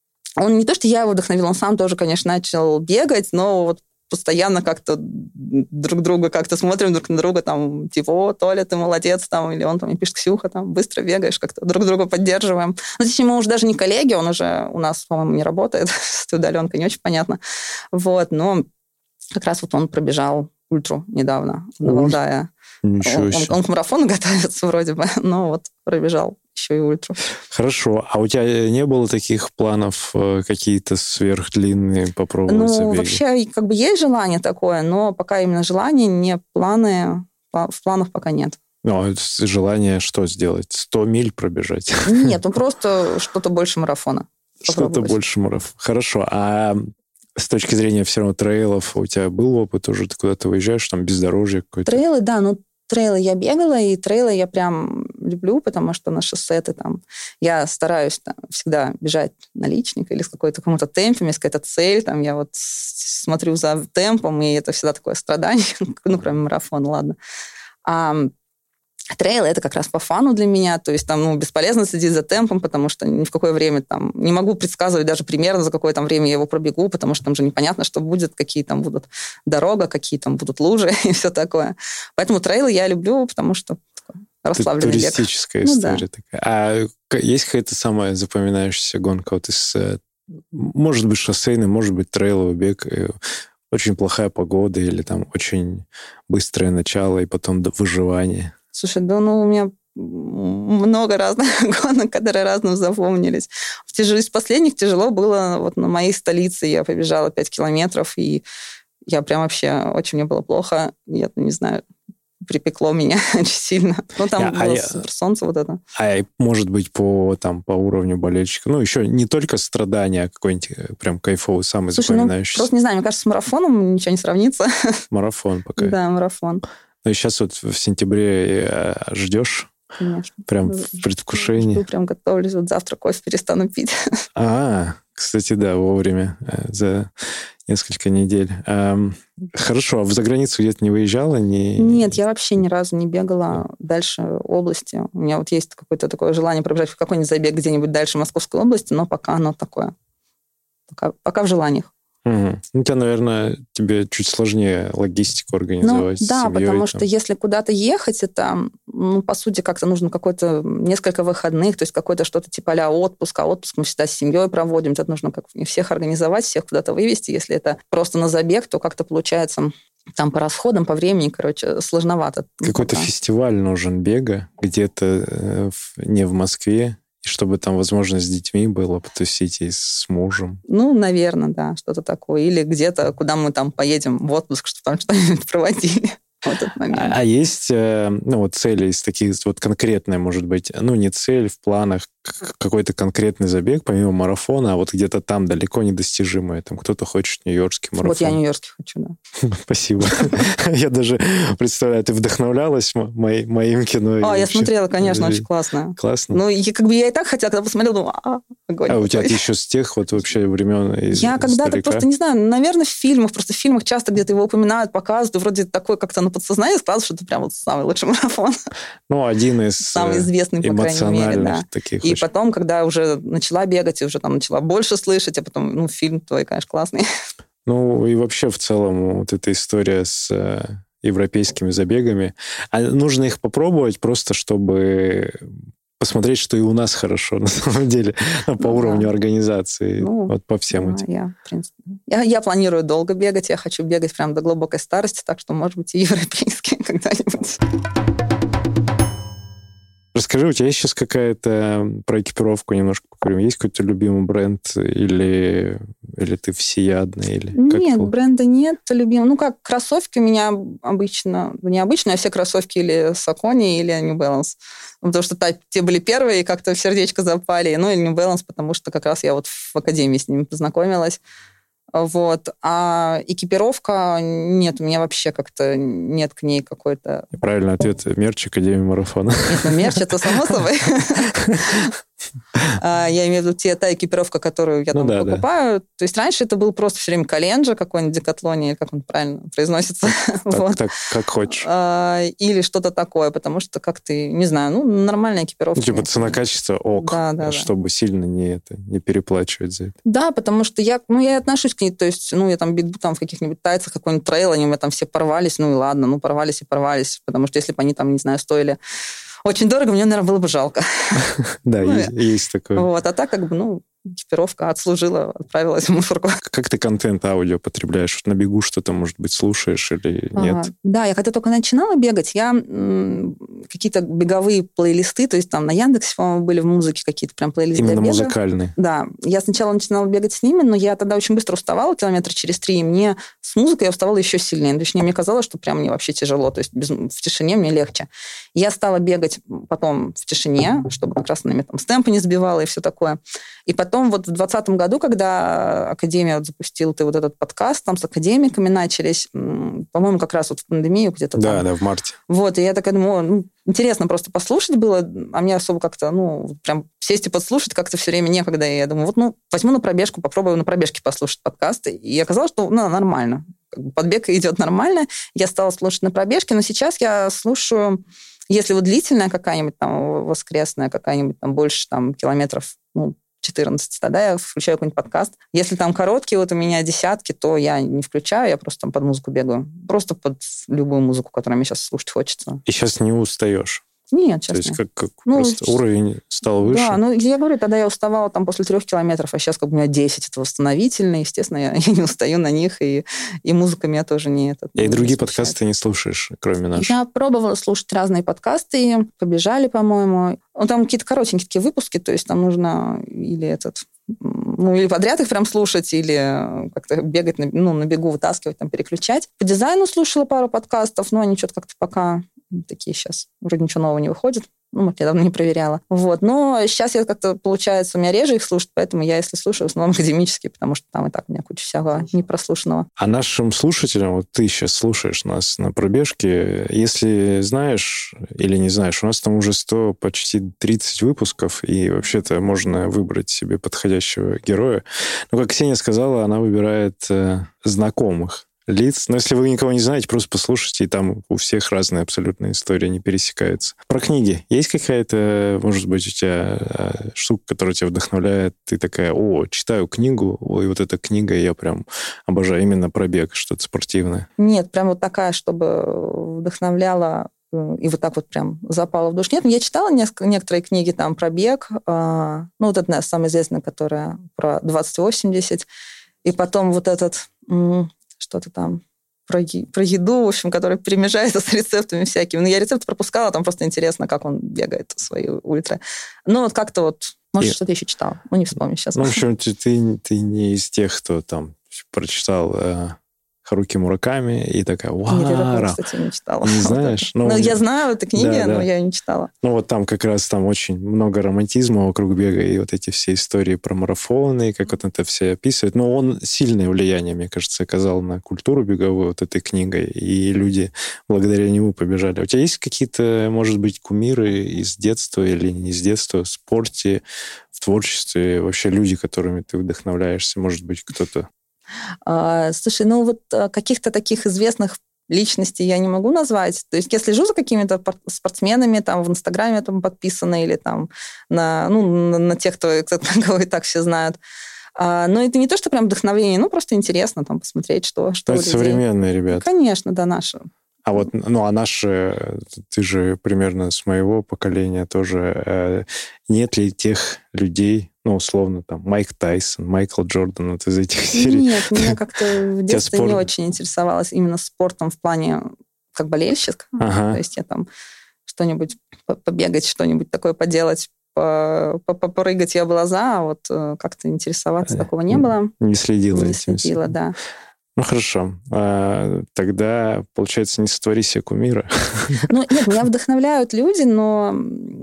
он не то, что я его вдохновила, он сам тоже, конечно, начал бегать, но вот постоянно как-то друг друга как-то смотрим друг на друга, там, типа, о, Толя, ты молодец, там, или он там мне пишет, Ксюха, там, быстро бегаешь, как-то друг друга поддерживаем. Ну, здесь мы уже даже не коллеги, он уже у нас, по-моему, не работает с удаленкой, не очень понятно. Вот, но как раз вот он пробежал ультру недавно на Валдае. Ничего себе. Он, он к марафону готовится вроде бы, но вот пробежал еще и ультру. Хорошо. А у тебя не было таких планов какие-то сверхдлинные попробовать ну, забеги? Вообще, как бы есть желание такое, но пока именно желание, не планы, в планах пока нет. Ну, желание что сделать? сто миль пробежать? Нет, ну просто что-то больше марафона. Что-то больше марафона. Хорошо. А с точки зрения все равно трейлов у тебя был опыт уже? Ты куда-то выезжаешь, там бездорожье какое-то? Трейлы, да, ну трейлы я бегала, и трейлы я прям люблю, потому что на шоссе ты там... Я стараюсь там, всегда бежать на личник или с какой-то какому-то темпом, есть какая-то цель, там я вот смотрю за темпом, и это всегда такое страдание, ну, кроме марафона, ладно. А трейлы — это как раз по фану для меня, то есть там ну, бесполезно следить за темпом, потому что ни в какое время там... Не могу предсказывать даже примерно, за какое там время я его пробегу, потому что там же непонятно, что будет, какие там будут дорога, какие там будут лужи и все такое. Поэтому трейлы я люблю, потому что расслабленный бег. Туристическая ну, история да. такая. А есть какая-то самая запоминающаяся гонка вот из... Может быть, шоссейный, может быть, трейловый бег, очень плохая погода или там очень быстрое начало и потом выживание? Слушай, да ну у меня много разных гонок, которые разным запомнились. В тяжело, из последних тяжело было вот на моей столице. Я побежала пять километров, и я прям вообще... Очень мне было плохо. Я не знаю, припекло меня очень сильно. Ну, там а, было а солнце вот это. А может быть, по, там, по уровню болельщика? Ну, еще не только страдания, а какой-нибудь прям кайфовый, самый Слушай, запоминающийся. Ну, просто не знаю, мне кажется, с марафоном ничего не сравнится. Марафон пока. Да, марафон. Ну и сейчас вот в сентябре ждешь? Конечно. Прям в предвкушении? Жду, прям готовлюсь. Вот завтра кофе перестану пить. А, кстати, да, вовремя. За несколько недель. Хорошо, а в заграницу где-то не выезжала? Не... Нет, я вообще ни разу не бегала дальше области. У меня вот есть какое-то такое желание пробежать в какой-нибудь забег где-нибудь дальше Московской области, но пока оно такое. Пока, пока в желаниях. Угу. Ну, тебя, наверное, тебе чуть сложнее логистику организовать. Ну, да, семьей, потому там. что если куда-то ехать, это, ну, по сути, как-то нужно какое-то несколько выходных, то есть какое-то что-то типа а-ля отпуск, а отпуск мы всегда с семьей проводим, это нужно как всех организовать, всех куда-то вывести. Если это просто на забег, то как-то получается там по расходам, по времени, короче, сложновато. Какой-то пока. Фестиваль нужен бега где-то не в Москве, и чтобы там возможность с детьми было потусить и с мужем. Ну, наверное, да, что-то такое. Или где-то, куда мы там поедем в отпуск, чтобы там что-нибудь проводили. в этот момент. А, а есть, ну, вот цели из таких, вот конкретные, может быть, ну, не цель в планах, какой-то конкретный забег, помимо марафона, а вот где-то там далеко недостижимое. Там кто-то хочет нью-йоркский марафон. Вот я нью-йоркский хочу, да. Спасибо. Я даже представляю, ты вдохновлялась моим кино? А, я смотрела, конечно, очень классно. Классно? Ну, как бы я и так хотела, когда посмотрела, думала, а, огонь. А у тебя еще с тех вот вообще времен Я когда-то просто, не знаю, наверное, в фильмах, просто в фильмах часто где-то его упоминают, показывают, и вроде такой как-то на подсознании складывается, что это прям вот самый лучший марафон. Ну, один из самый известный, по крайней мере, да. Таких и очень. Потом, когда уже начала бегать, и уже там начала больше слышать, а потом, ну, фильм твой, конечно, классный. Ну, и вообще в целом вот эта история с европейскими забегами, а нужно их попробовать просто, чтобы посмотреть, что и у нас хорошо, на самом деле, по ну, уровню да. организации, ну, вот по всем да, этим. Я, в принципе, я, я планирую долго бегать, я хочу бегать прям до глубокой старости, так что, может быть, и европейские когда-нибудь. Расскажи, у тебя есть сейчас какая-то про экипировку немножко поговорим? Есть какой-то любимый бренд или, или ты всеядный? Или нет, как? бренда нет любимого. Ну, как кроссовки у меня обычно, не обычно, а все кроссовки или Saucony, или New Balance. Потому что та, те были первые, и как-то в сердечко запали. Ну, или New Balance, потому что как раз я вот в академии с ними познакомилась. Вот. А экипировка нет, у меня вообще как-то нет к ней какой-то... Правильный ответ. Мерч Академии марафона. Нет, ну мерч это само собой. Я имею в виду те, та экипировка, которую я там покупаю. То есть раньше это был просто все время Календжа какой-нибудь, Декатлоне, как он правильно произносится. Так, как хочешь. Или что-то такое, потому что как-то, не знаю, ну, нормальная экипировка. Типа цена-качество ок, чтобы сильно не переплачивать за это. Да, потому что я отношусь к ней, то есть, ну, я там бегу там в каких-нибудь тайцах, какой-нибудь трейл, они у меня там все порвались, ну и ладно, ну, порвались и порвались, потому что если бы они там, не знаю, стоили очень дорого, мне, наверное, было бы жалко. Да, есть такое. Вот, а так как бы, ну, экипировка отслужила, отправилась в мусорку. Как ты контент аудио потребляешь? На бегу что-то, может быть, слушаешь или нет? А, да, я когда только начинала бегать, я м, какие-то беговые плейлисты, то есть там на Яндексе, по-моему, были в музыке какие-то прям плейлисты. Именно музыкальные? Да. Я сначала начинала бегать с ними, но я тогда очень быстро уставала, километра через три, и мне с музыкой я уставала еще сильнее. Точнее, мне казалось, что прям мне вообще тяжело, то есть без, в тишине мне легче. Я стала бегать потом в тишине, чтобы как раз на меня там с темпа не сбивала и все такое. И потом вот в двадцатом году, когда Академия вот запустила ты вот этот подкаст, там с академиками начались, по-моему, как раз вот в пандемию где-то да, там. Да, в марте. Вот, и я такая думаю, ну, интересно просто послушать было, а мне особо как-то, ну, прям сесть и подслушать как-то все время некогда. И я думаю, вот, ну, возьму на пробежку, попробую на пробежке послушать подкасты. И оказалось, что, ну, нормально. Подбег идет нормально. Я стала слушать на пробежке, но сейчас я слушаю, если вот длительная какая-нибудь там воскресная, какая-нибудь там больше там километров, ну, четырнадцать, тогда я включаю какой-нибудь подкаст. Если там короткие, вот у меня десятки, то я не включаю, я просто там под музыку бегаю. Просто под любую музыку, которую мне сейчас слушать хочется. И сейчас не устаешь? Нет, честно. То есть как, как ну, просто уровень стал выше? Да, ну я говорю, тогда я уставала там после трех километров, а сейчас как бы у меня десять, это восстановительные, естественно, я, я не устаю на них, и, и музыка меня тоже не... Этот, и другие подкасты не слушаешь, кроме наших? Я пробовала слушать разные подкасты, «Побежали», по-моему. Ну, там какие-то коротенькие такие выпуски, то есть там нужно или этот... Ну, или подряд их прям слушать, или как-то бегать, ну, на бегу вытаскивать, там, переключать. По дизайну слушала пару подкастов, но они что-то как-то пока такие сейчас. Вроде ничего нового не выходит. Ну, я давно не проверяла. Вот. Но сейчас я как-то, получается, у меня реже их слушать, поэтому я, если слушаю, в основном академические, потому что там и так у меня куча всякого непрослушанного. А нашим слушателям, вот ты сейчас слушаешь нас на пробежке, если знаешь или не знаешь, у нас там уже сто, почти тридцать выпусков, и вообще-то можно выбрать себе подходящего героя. Но, как Ксения сказала, она выбирает э, знакомых лиц. Но если вы никого не знаете, просто послушайте, и там у всех разные абсолютно истории, не пересекаются. Про книги. Есть какая-то, может быть, у тебя штука, которая тебя вдохновляет? Ты такая, о, читаю книгу, ой, вот эта книга, я прям обожаю. Именно про бег, что-то спортивное. Нет, прям вот такая, чтобы вдохновляла и вот так вот прям запала в душу. Нет, я читала несколько, некоторые книги там про бег. Ну, вот одна самая известная, которая про двадцать восемьдесят. И потом вот этот... что-то там про, про еду, в общем, который перемежается с рецептами всякими. Но я рецепт пропускала, там просто интересно, как он бегает свои ультра. Ну, вот как-то вот... Может, и... что-то еще читал. Ну, не вспомню сейчас. Ну, в общем, ты, ты не из тех, кто там прочитал э, Харуки Мураками, и такая, вау. Нет, я такого, кстати, не читала. Не знаешь? Ну, ну, я знаю эти книги, да, но да. я не читала. Ну, вот там как раз там очень много романтизма вокруг бега, и вот эти все истории про марафоны, и как вот это все описывает. Но он сильное влияние, мне кажется, оказал на культуру беговую вот этой книгой, и люди благодаря нему побежали. У тебя есть какие-то, может быть, кумиры из детства или не из детства в спорте, в творчестве, вообще люди, которыми ты вдохновляешься? Может быть, кто-то... А, слушай, ну вот каких-то таких известных личностей я не могу назвать. То есть я слежу за какими-то спортсменами, там в Инстаграме там подписаны, или там на, ну, на, на тех, кто, кого и так все знают. А, но это не то, что прям вдохновение, ну, просто интересно там посмотреть, что, что это у людей. Современные ребята. Конечно, да, наши. А вот, ну, а наши, ты же примерно с моего поколения тоже, э, нет ли тех людей, ну, условно, там, Майк Тайсон, Майкл Джордан, вот из этих серий? Нет, меня как-то в детстве спорт... не очень интересовалась именно спортом в плане как болельщик. Ага. То есть я там что-нибудь побегать, что-нибудь такое поделать, попрыгать я была за, а вот как-то интересоваться такого не было. Не следила. Не следила, да. Ну, хорошо. А, тогда, получается, не сотвори себе кумира. Ну, нет, меня вдохновляют люди, но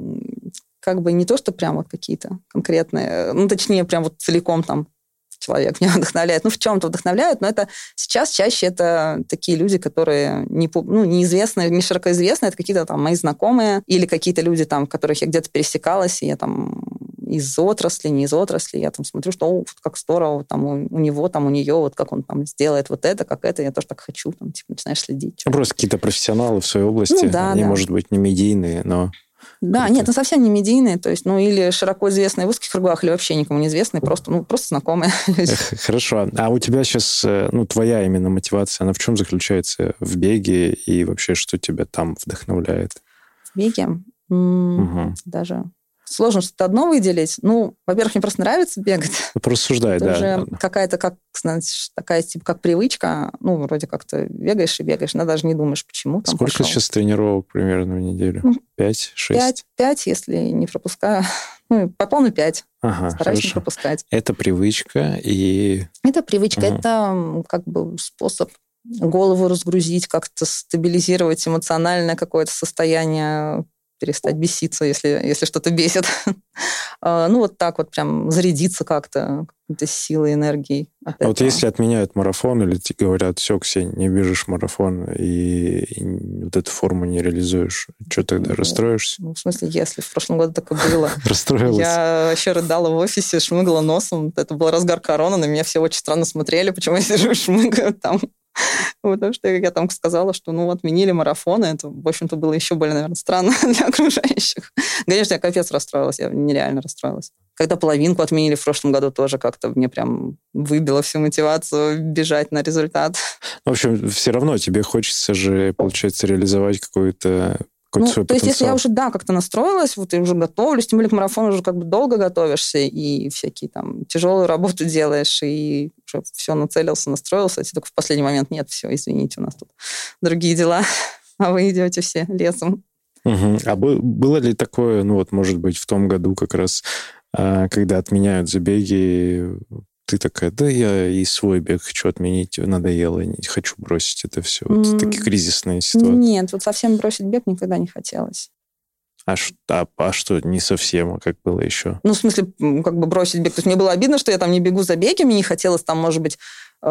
как бы не то, что прям вот какие-то конкретные, ну, точнее, прям вот целиком там человек меня вдохновляет. Ну, в чем-то вдохновляют, но это сейчас чаще это такие люди, которые не, ну, неизвестные, не широко известные, это какие-то там мои знакомые или какие-то люди, там, которых я где-то пересекалась, и я там из отрасли, не из отрасли, я там смотрю, что о, как здорово, там у, у него, там у нее, вот как он там сделает вот это, как это, я тоже так хочу, там, типа, начинаешь следить. Ну, просто какие-то профессионалы в своей области, ну, да, они, да. может быть, не медийные, но... Да, круто. Нет, ну совсем не медийные, то есть, ну, или широко известные в узких кругах, или вообще никому не известные, просто, ну, просто знакомые люди. Хорошо. А у тебя сейчас, ну, твоя именно мотивация, она в чем заключается в беге, и вообще, что тебя там вдохновляет? В беге? М- угу. Даже... Сложно что-то одно выделить. Ну, во-первых, мне просто нравится бегать. Порассуждай, да. Это уже какая-то, как, знаешь, такая, типа, как привычка. Ну, вроде как ты бегаешь и бегаешь, но даже не думаешь, почему там Сколько пошел. сейчас тренировок примерно в неделю? Пять, шесть? Пять, пять, если не пропускаю. Ну, по полной пять. Ага, стараюсь хорошо. не пропускать. Это привычка и... Это привычка, угу. это как бы способ голову разгрузить, как-то стабилизировать эмоциональное какое-то состояние, перестать беситься, если, если что-то бесит. Ну, вот так вот прям зарядиться как-то, какой-то силой, энергией. А этого. Вот если отменяют марафон, или тебе говорят, все, Ксения, не бежишь марафон, и, и вот эту форму не реализуешь, что тогда, расстроишься? Ну, в смысле, если в прошлом году так и было. Расстроилась? Я вообще рыдала в офисе, шмыгала носом. Это был разгар короны, на меня все очень странно смотрели, почему я сижу и шмыгаю там. Потому что я там сказала, что ну отменили марафоны. Это, в общем-то, было еще более, наверное, странно для окружающих. Конечно, я капец расстроилась, я нереально расстроилась. Когда половинку отменили в прошлом году, тоже как-то мне прям выбило всю мотивацию бежать на результат. В общем, все равно тебе хочется же, получается, реализовать какую-то... Ну, то потенциал. есть, если я уже, да, как-то настроилась, вот я уже готовлюсь, тем более к марафону уже как бы долго готовишься, и всякие там тяжелую работу делаешь, и уже все нацелился, настроился, а тебе только в последний момент нет, все, извините, у нас тут другие дела, а вы идете все лесом. Угу. А было ли такое, ну вот, может быть, в том году как раз, когда отменяют забеги, ты такая, да, я и свой бег хочу отменить, надоело, не хочу бросить это все. Вот mm. такие кризисные ситуации. Нет, вот совсем бросить бег никогда не хотелось. А, а, а что, не совсем, а как было еще? Ну, в смысле, как бы бросить бег. То есть мне было обидно, что я там не бегу за беги, мне не хотелось там, может быть, э,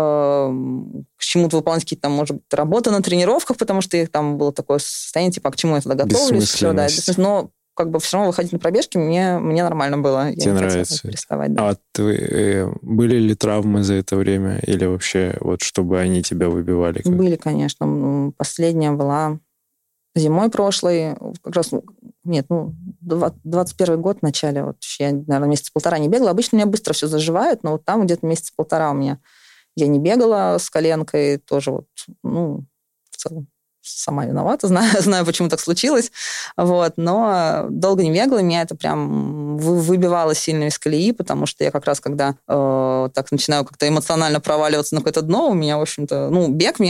к чему-то выполнять какие-то там, может быть, работы на тренировках, потому что там было такое состояние, типа, а к чему я тогда готовлюсь? Все, да, но как бы все равно выходить на пробежки мне, мне нормально было. Тебе я нравится? Переставать, да. А ты, э, были ли травмы за это время? Или вообще, вот, чтобы они тебя выбивали? Как? Были, конечно. Последняя была зимой прошлой. Как раз, нет, ну, двадцать первый год в начале. Вот я, наверное, месяца полтора не бегала. Обычно у меня быстро все заживает, но вот там где-то месяца полтора у меня я не бегала с коленкой. Тоже вот, ну, в целом. Сама виновата, знаю, знаю, почему так случилось, вот, но долго не бегала, меня это прям выбивало сильно из колеи, потому что я как раз, когда э, так начинаю как-то эмоционально проваливаться на какое-то дно, у меня, в общем-то, ну, бег меня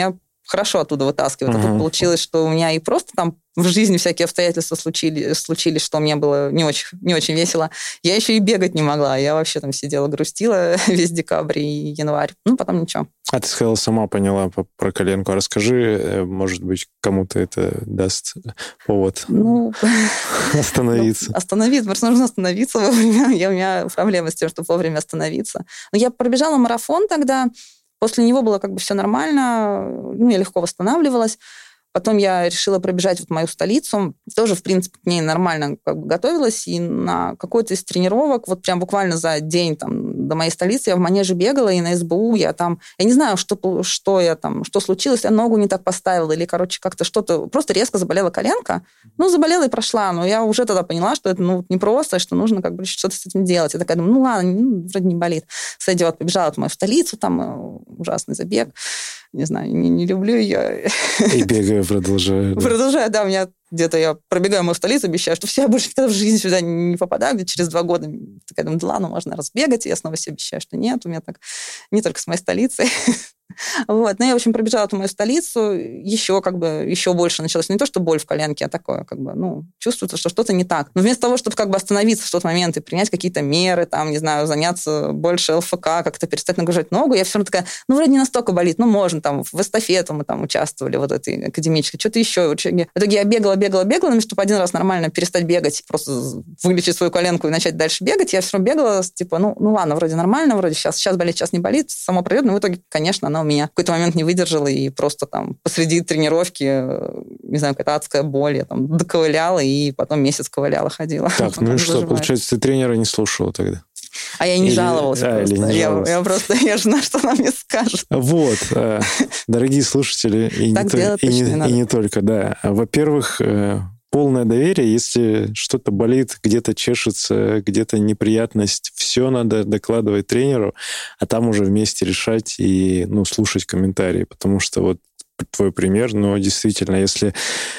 хорошо оттуда вытаскивает. Uh-huh. А тут получилось, что у меня и просто там в жизни всякие обстоятельства случились, случились, что мне было не очень, не очень весело. Я еще и бегать не могла. Я вообще там сидела, грустила весь декабрь и январь. Ну, потом ничего. А ты сказала, сама поняла про коленку. А расскажи, может быть, кому-то это даст повод ну, остановиться. Ну, остановиться. Просто нужно остановиться вовремя. Я, у меня проблема с тем, чтобы вовремя остановиться. Но я пробежала марафон тогда. После него было как бы все нормально. Ну, я легко восстанавливалась. Потом я решила пробежать вот мою столицу. Тоже, в принципе, к ней нормально как бы готовилась. И на какой-то из тренировок, вот прям буквально за день там, до моей столицы, я в манеже бегала, и на СБУ я там... Я не знаю, что, что я там, что случилось. Я ногу не так поставила, или, короче, как-то что-то... Просто резко заболела коленка. Ну, заболела и прошла. Но я уже тогда поняла, что это ну, непросто, что нужно как бы что-то с этим делать. Я такая думаю, ну ладно, ну, вроде не болит. Сойдет. Побежала в мою столицу, там ужасный забег. Не знаю, не, не люблю ее. И бегаю, продолжаю. Да. Продолжаю, да, у меня где-то я пробегаю мою столицу, обещаю, что все, я больше никогда в жизни сюда не попадаю, где через два года такая думаю, да ладно, можно разбегать, и я снова себе обещаю, что нет, у меня так не только с моей столицей. Вот, ну, я, в общем, пробежала эту мою столицу, еще как бы, еще больше началось. Не то, что боль в коленке, а такое, как бы, ну, чувствуется, что что-то не так. Но вместо того, чтобы как бы остановиться в тот момент и принять какие-то меры, там, не знаю, заняться больше ЛФК, как-то перестать нагружать ногу, я все равно такая, ну, вроде не настолько болит, ну, можно, там, в эстафету мы там участвовали, вот этой академической, что-то еще. В итоге я бегала, бегала, бегала, но чтобы один раз нормально перестать бегать, просто вылечить свою коленку и начать дальше бегать, я все равно бегала, типа, ну, ну ладно, вроде нормально, вроде сейчас, сейчас болит, сейчас не болит, само пройдет, но в итоге, конечно, она у меня в какой-то момент не выдержала, и просто там посреди тренировки, не знаю, какая-то адская боль, я там доковыляла, и потом месяц ковыляла, ходила. Так, ну и что, получается, ты тренера не слушала тогда? А я не или, жаловалась а, просто. Не я, жаловалась. Я просто, я же знаю, что она мне скажет. Вот, дорогие слушатели, и не, то, и, не, и не только, да. Во-первых, полное доверие, если что-то болит, где-то чешется, где-то неприятность, все надо докладывать тренеру, а там уже вместе решать и, ну, слушать комментарии, потому что вот твой пример, но действительно, если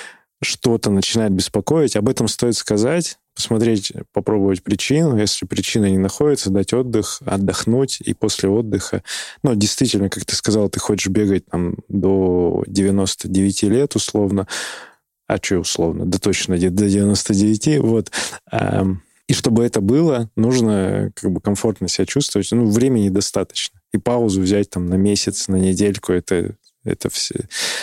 что-то начинает беспокоить, об этом стоит сказать, посмотреть, попробовать причину. Если причина не находится, дать отдых, отдохнуть, и после отдыха... Ну, действительно, как ты сказал, ты хочешь бегать там до девяноста девяти лет условно. А что условно? Да точно, до девяноста девяти. Вот. И чтобы это было, нужно как бы комфортно себя чувствовать. Ну, времени достаточно. И паузу взять там на месяц, на недельку. Это, это все...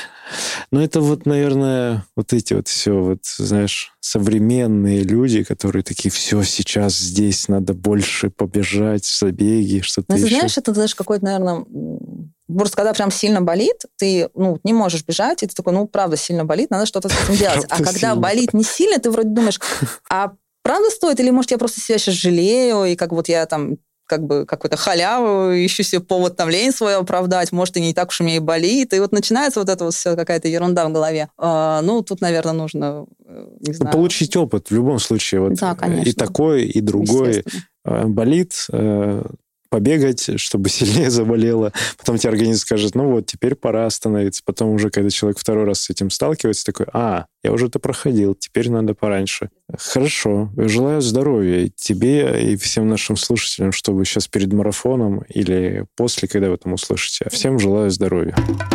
Ну, это вот, наверное, вот эти вот все, вот, знаешь, современные люди, которые такие, все, сейчас здесь надо больше побежать в забеги, что-то ну, еще. Ты знаешь, это, знаешь, какой-то, наверное... Просто когда прям сильно болит, ты, ну, не можешь бежать, и ты такой, ну, правда, сильно болит, надо что-то с этим делать. А когда болит не сильно, ты вроде думаешь, а правда стоит? Или, может, я просто себя сейчас жалею, и как вот я там... как бы какую-то халяву, ищу себе повод там лень свою оправдать, может, и не так уж у меня и болит. И вот начинается вот эта вот все какая-то ерунда в голове. А, ну, тут, наверное, нужно, не знаю... Получить опыт в любом случае. Вот, да, конечно. И такой, и другой. Болит, побегать, чтобы сильнее заболело. Потом тебе организм скажет, ну вот, теперь пора остановиться. Потом уже, когда человек второй раз с этим сталкивается, такой, а, я уже это проходил, теперь надо пораньше. Хорошо. Желаю здоровья тебе и всем нашим слушателям, чтобы сейчас перед марафоном или после, когда вы это услышите. А всем желаю здоровья.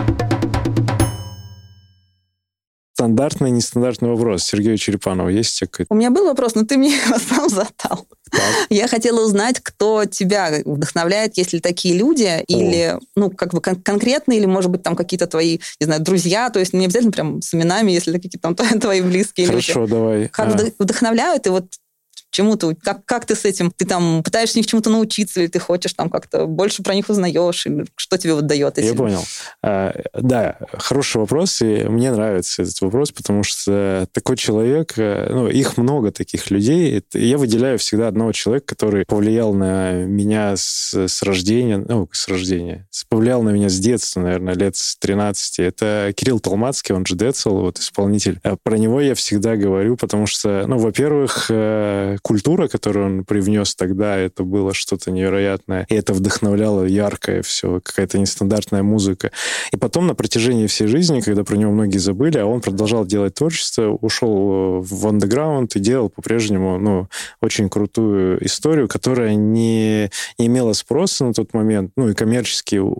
Стандартный, нестандартный вопрос. Сергею Черепанову есть какой-то? У меня был вопрос, но ты мне его сам задал. Так. Я хотела узнать, кто тебя вдохновляет, есть ли такие люди, О. или, ну, как бы кон- конкретные, или, может быть, там какие-то твои, не знаю, друзья, то есть не обязательно прям с именами, если какие-то там твои близкие Хорошо, люди. Хорошо, давай. Как а. вдохновляют, и вот чему-то, как, как ты с этим, ты там пытаешься них чему-то научиться, или ты хочешь там как-то больше про них узнаешь, или что тебе вот дает эти? Я понял. А, да, хороший вопрос, и мне нравится этот вопрос, потому что такой человек, ну, их много таких людей, я выделяю всегда одного человека, который повлиял на меня с, с рождения, ну, с рождения, повлиял на меня с детства, наверное, лет с тринадцати. Это Кирилл Толмацкий, он же Децл, вот исполнитель. Про него я всегда говорю, потому что, ну, во-первых, культура, которую он привнес тогда, это было что-то невероятное. И это вдохновляло яркое все, какая-то нестандартная музыка. И потом на протяжении всей жизни, когда про него многие забыли, а он продолжал делать творчество, ушел в андеграунд и делал по-прежнему, ну, очень крутую историю, которая не, не имела спроса на тот момент, ну, и коммерчески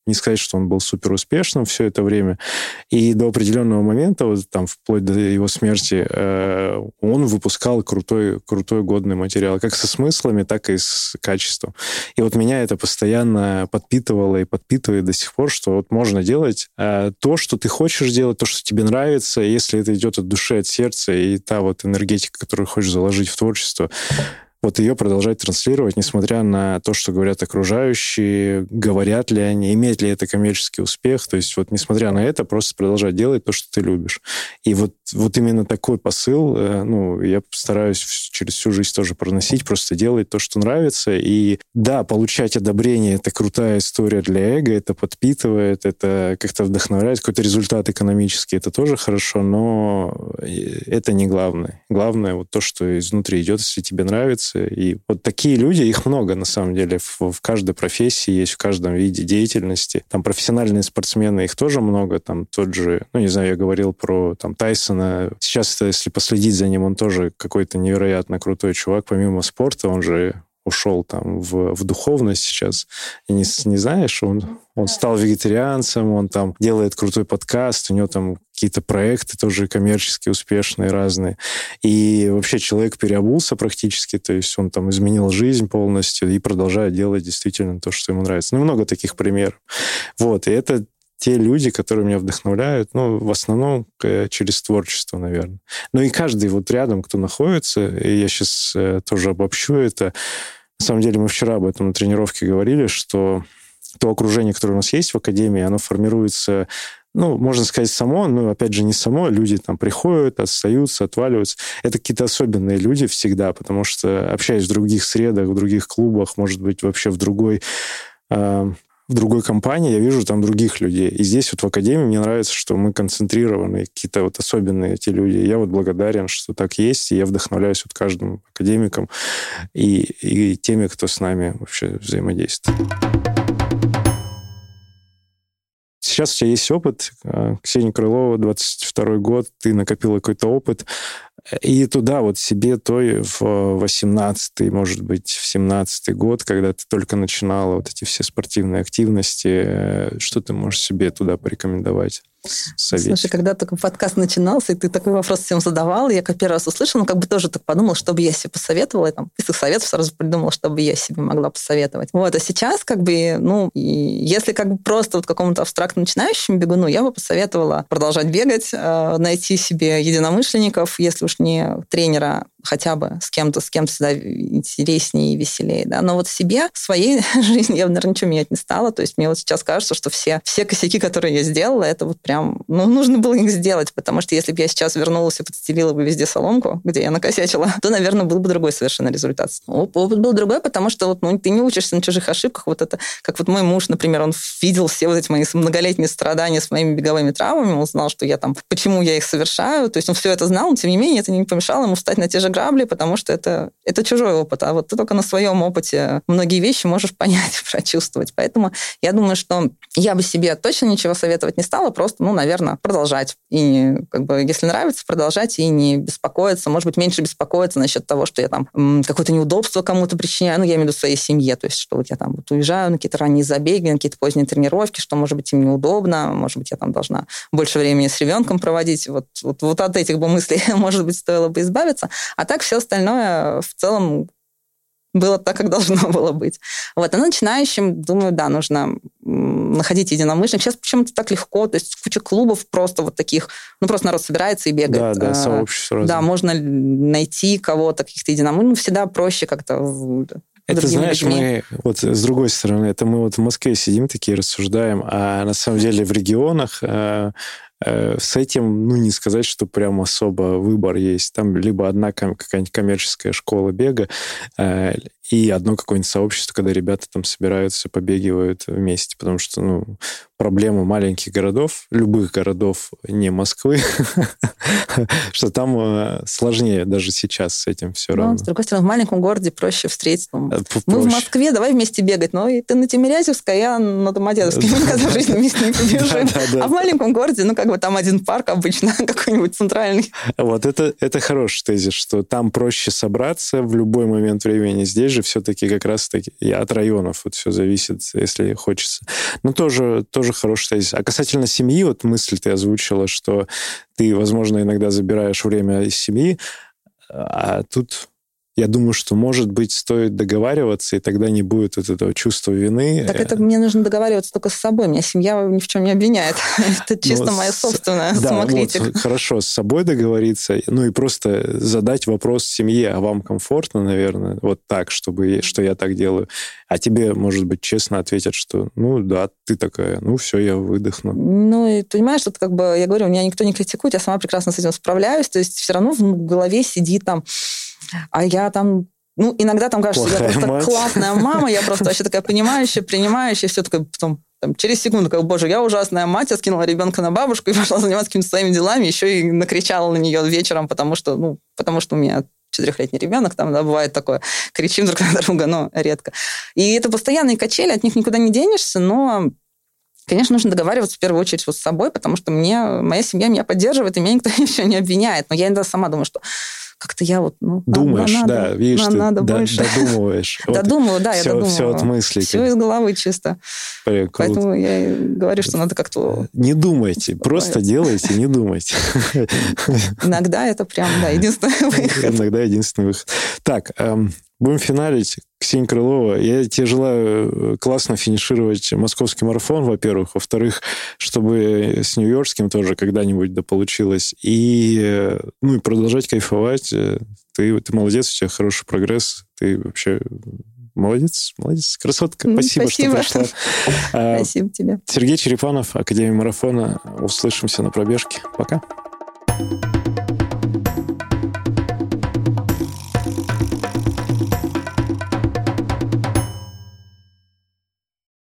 не сказать, что он был супер успешным все это время. И до определенного момента, вот там вплоть до его смерти, э, он выпускал крутой, крутой годный материал, как со смыслами, так и с качеством. И вот меня это постоянно подпитывало и подпитывает до сих пор, что вот можно делать э, то, что ты хочешь делать, то, что тебе нравится, если это идет от души, от сердца, и та вот энергетика, которую хочешь заложить в творчество, вот ее продолжать транслировать, несмотря на то, что говорят окружающие, говорят ли они, имеет ли это коммерческий успех. То есть вот несмотря на это, просто продолжать делать то, что ты любишь. И вот, вот именно такой посыл, ну, я стараюсь через всю жизнь тоже проносить, просто делать то, что нравится. И да, получать одобрение — это крутая история для эго, это подпитывает, это как-то вдохновляет. Какой-то результат экономический — это тоже хорошо, но это не главное. Главное вот то, что изнутри идет, если тебе нравится. И вот такие люди, их много, на самом деле, в, в каждой профессии есть, в каждом виде деятельности. Там профессиональные спортсмены, их тоже много. Там тот же, ну, не знаю, я говорил про там Тайсона. Сейчас, если последить за ним, он тоже какой-то невероятно крутой чувак. Помимо спорта, он же ушел там в, в духовность сейчас. И не, не знаешь, он, он стал вегетарианцем, он там делает крутой подкаст, у него там какие-то проекты тоже коммерчески успешные, разные. И вообще человек переобулся практически, то есть он там изменил жизнь полностью и продолжает делать действительно то, что ему нравится. Ну, много таких примеров. Вот, и это те люди, которые меня вдохновляют, ну, в основном через творчество, наверное. Ну и каждый вот рядом, кто находится, и я сейчас э, тоже обобщу это. На самом деле мы вчера об этом на тренировке говорили, что то окружение, которое у нас есть в академии, оно формируется, ну, можно сказать, само, но, опять же, не само. Люди там приходят, остаются, отваливаются. Это какие-то особенные люди всегда, потому что, общаясь в других средах, в других клубах, может быть, вообще в другой... Э, в другой компании, я вижу там других людей. И здесь вот в академии мне нравится, что мы концентрированы, какие-то вот особенные эти люди. Я вот благодарен, что так есть, и я вдохновляюсь вот каждым академиком и, и теми, кто с нами вообще взаимодействует. Сейчас у тебя есть опыт. Ксения Крылова, двадцать второй год, ты накопила какой-то опыт. И туда вот себе той в восемнадцатый, может быть, в семнадцатый год, когда ты только начинала вот эти все спортивные активности, что ты можешь себе туда порекомендовать? Совет. Слушай, когда только подкаст начинался, и ты такой вопрос всем задавал, я как первый раз услышала, ну, как бы тоже так подумала, что бы я себе посоветовала, и там список советов сразу придумала, что бы я себе могла посоветовать. Вот, а сейчас, как бы, ну, и если как бы просто вот какому-то абстрактно начинающему бегуну, я бы посоветовала продолжать бегать, найти себе единомышленников, если уж не тренера, хотя бы с кем-то, с кем-то всегда интереснее и веселее, да. Но вот себе, в своей жизни я, наверное, ничего менять не стала. То есть мне вот сейчас кажется, что все, все косяки, которые я сделала, это вот прям, ну, нужно было их сделать, потому что если бы я сейчас вернулась и подстелила бы везде соломку, где я накосячила, то, наверное, был бы другой совершенно результат. Опыт был другой, потому что вот, ну, ты не учишься на чужих ошибках. Вот это, как вот мой муж, например, он видел все вот эти мои многолетние страдания с моими беговыми травмами, он знал, что я там, почему я их совершаю, то есть он все это знал, но, тем не менее, это не помешало ему встать на те же грабли, потому что это, это чужой опыт. А вот ты только на своем опыте многие вещи можешь понять, прочувствовать. Поэтому я думаю, что я бы себе точно ничего советовать не стала, просто, ну, наверное, продолжать. И, как бы, если нравится, продолжать и не беспокоиться. Может быть, меньше беспокоиться насчет того, что я там м, какое-то неудобство кому-то причиняю. Ну, я имею в виду своей семье. То есть, что вот я там вот уезжаю на какие-то ранние забеги, на какие-то поздние тренировки, что, может быть, им неудобно, может быть, я там должна больше времени с ребенком проводить. Вот, вот, вот от этих бы мыслей, может быть, стоило бы избавиться. А так все остальное в целом было так, как должно было быть. Вот. А начинающим, думаю, да, нужно находить единомышленников. Сейчас почему-то так легко, то есть куча клубов просто вот таких, ну, просто народ собирается и бегает. Да, да, сообщество. Да, можно найти кого-то, каких-то единомышленников. Ну, всегда проще как-то... Это, знаешь, людьми. Мы вот с другой стороны, это мы вот в Москве сидим такие, рассуждаем, а на самом деле в регионах э, э, с этим, ну, не сказать, что прям особо выбор есть. Там либо одна какая-нибудь коммерческая школа бега э, и одно какое-нибудь сообщество, когда ребята там собираются, побегивают вместе, потому что, ну, проблема маленьких городов, любых городов, не Москвы, что там сложнее даже сейчас с этим все равно. С другой стороны, в маленьком городе проще встретить. Мы в Москве, давай вместе бегать. Но и ты на Тимирязевской, я на Домодедовской. Мы никогда в жизни вместе не побежим. А в маленьком городе, ну, как бы там один парк обычно, какой-нибудь центральный. Вот это, это хороший тезис, что там проще собраться в любой момент времени. Здесь же все-таки как раз-таки и от районов вот все зависит, если хочется. Но тоже, тоже хороший тезис. А касательно семьи, вот мысль ты озвучила, что ты, возможно, иногда забираешь время из семьи, а тут... Я думаю, что, может быть, стоит договариваться, и тогда не будет вот этого чувства вины. Так это мне нужно договариваться только с собой. Меня семья ни в чем не обвиняет. Это чисто моя собственная самокритика. Да, хорошо, с собой договориться, ну и просто задать вопрос семье, а вам комфортно, наверное, вот так, чтобы, что я так делаю. А тебе, может быть, честно ответят, что, ну да, ты такая, ну все, я выдохну. Ну, и понимаешь, что как бы, я говорю, меня никто не критикует, я сама прекрасно с этим справляюсь, то есть все равно в голове сидит там... А я там, ну, иногда там кажется, плохая я просто мать. Классная мама, я просто вообще такая понимающая, принимающая, все такое, потом там, через секунду, как, боже, я ужасная мать, я скинула ребенка на бабушку и пошла заниматься какими-то своими делами, еще и накричала на нее вечером, потому что, ну, потому что у меня четырехлетний ребенок, там, да, бывает такое, кричим друг на друга, но редко. И это постоянные качели, от них никуда не денешься, но... Конечно, нужно договариваться в первую очередь вот с собой, потому что мне, моя семья меня поддерживает, и меня никто ничего не обвиняет. Но я иногда сама думаю, что как-то я вот... Ну, думаешь, надо, да, видишь, надо, ты надо д- больше. додумываешь. Додумываю, да, я додумываю. Все от мыслей. Все из головы чисто. Поэтому я говорю, что надо как-то... Не думайте, просто делайте, не думайте. Иногда это прям, да, единственный выход. Иногда единственный выход. Так, будем финалить. Ксения Крылова, я тебе желаю классно финишировать московский марафон, во-первых. Во-вторых, чтобы с нью-йоркским тоже когда-нибудь да получилось. И, ну, и продолжать кайфовать. Ты, ты молодец, у тебя хороший прогресс. Ты вообще молодец, молодец, красотка. Спасибо, Спасибо. что пришла. Спасибо тебе. Сергей Черепанов, Академия марафона. Услышимся на пробежке. Пока.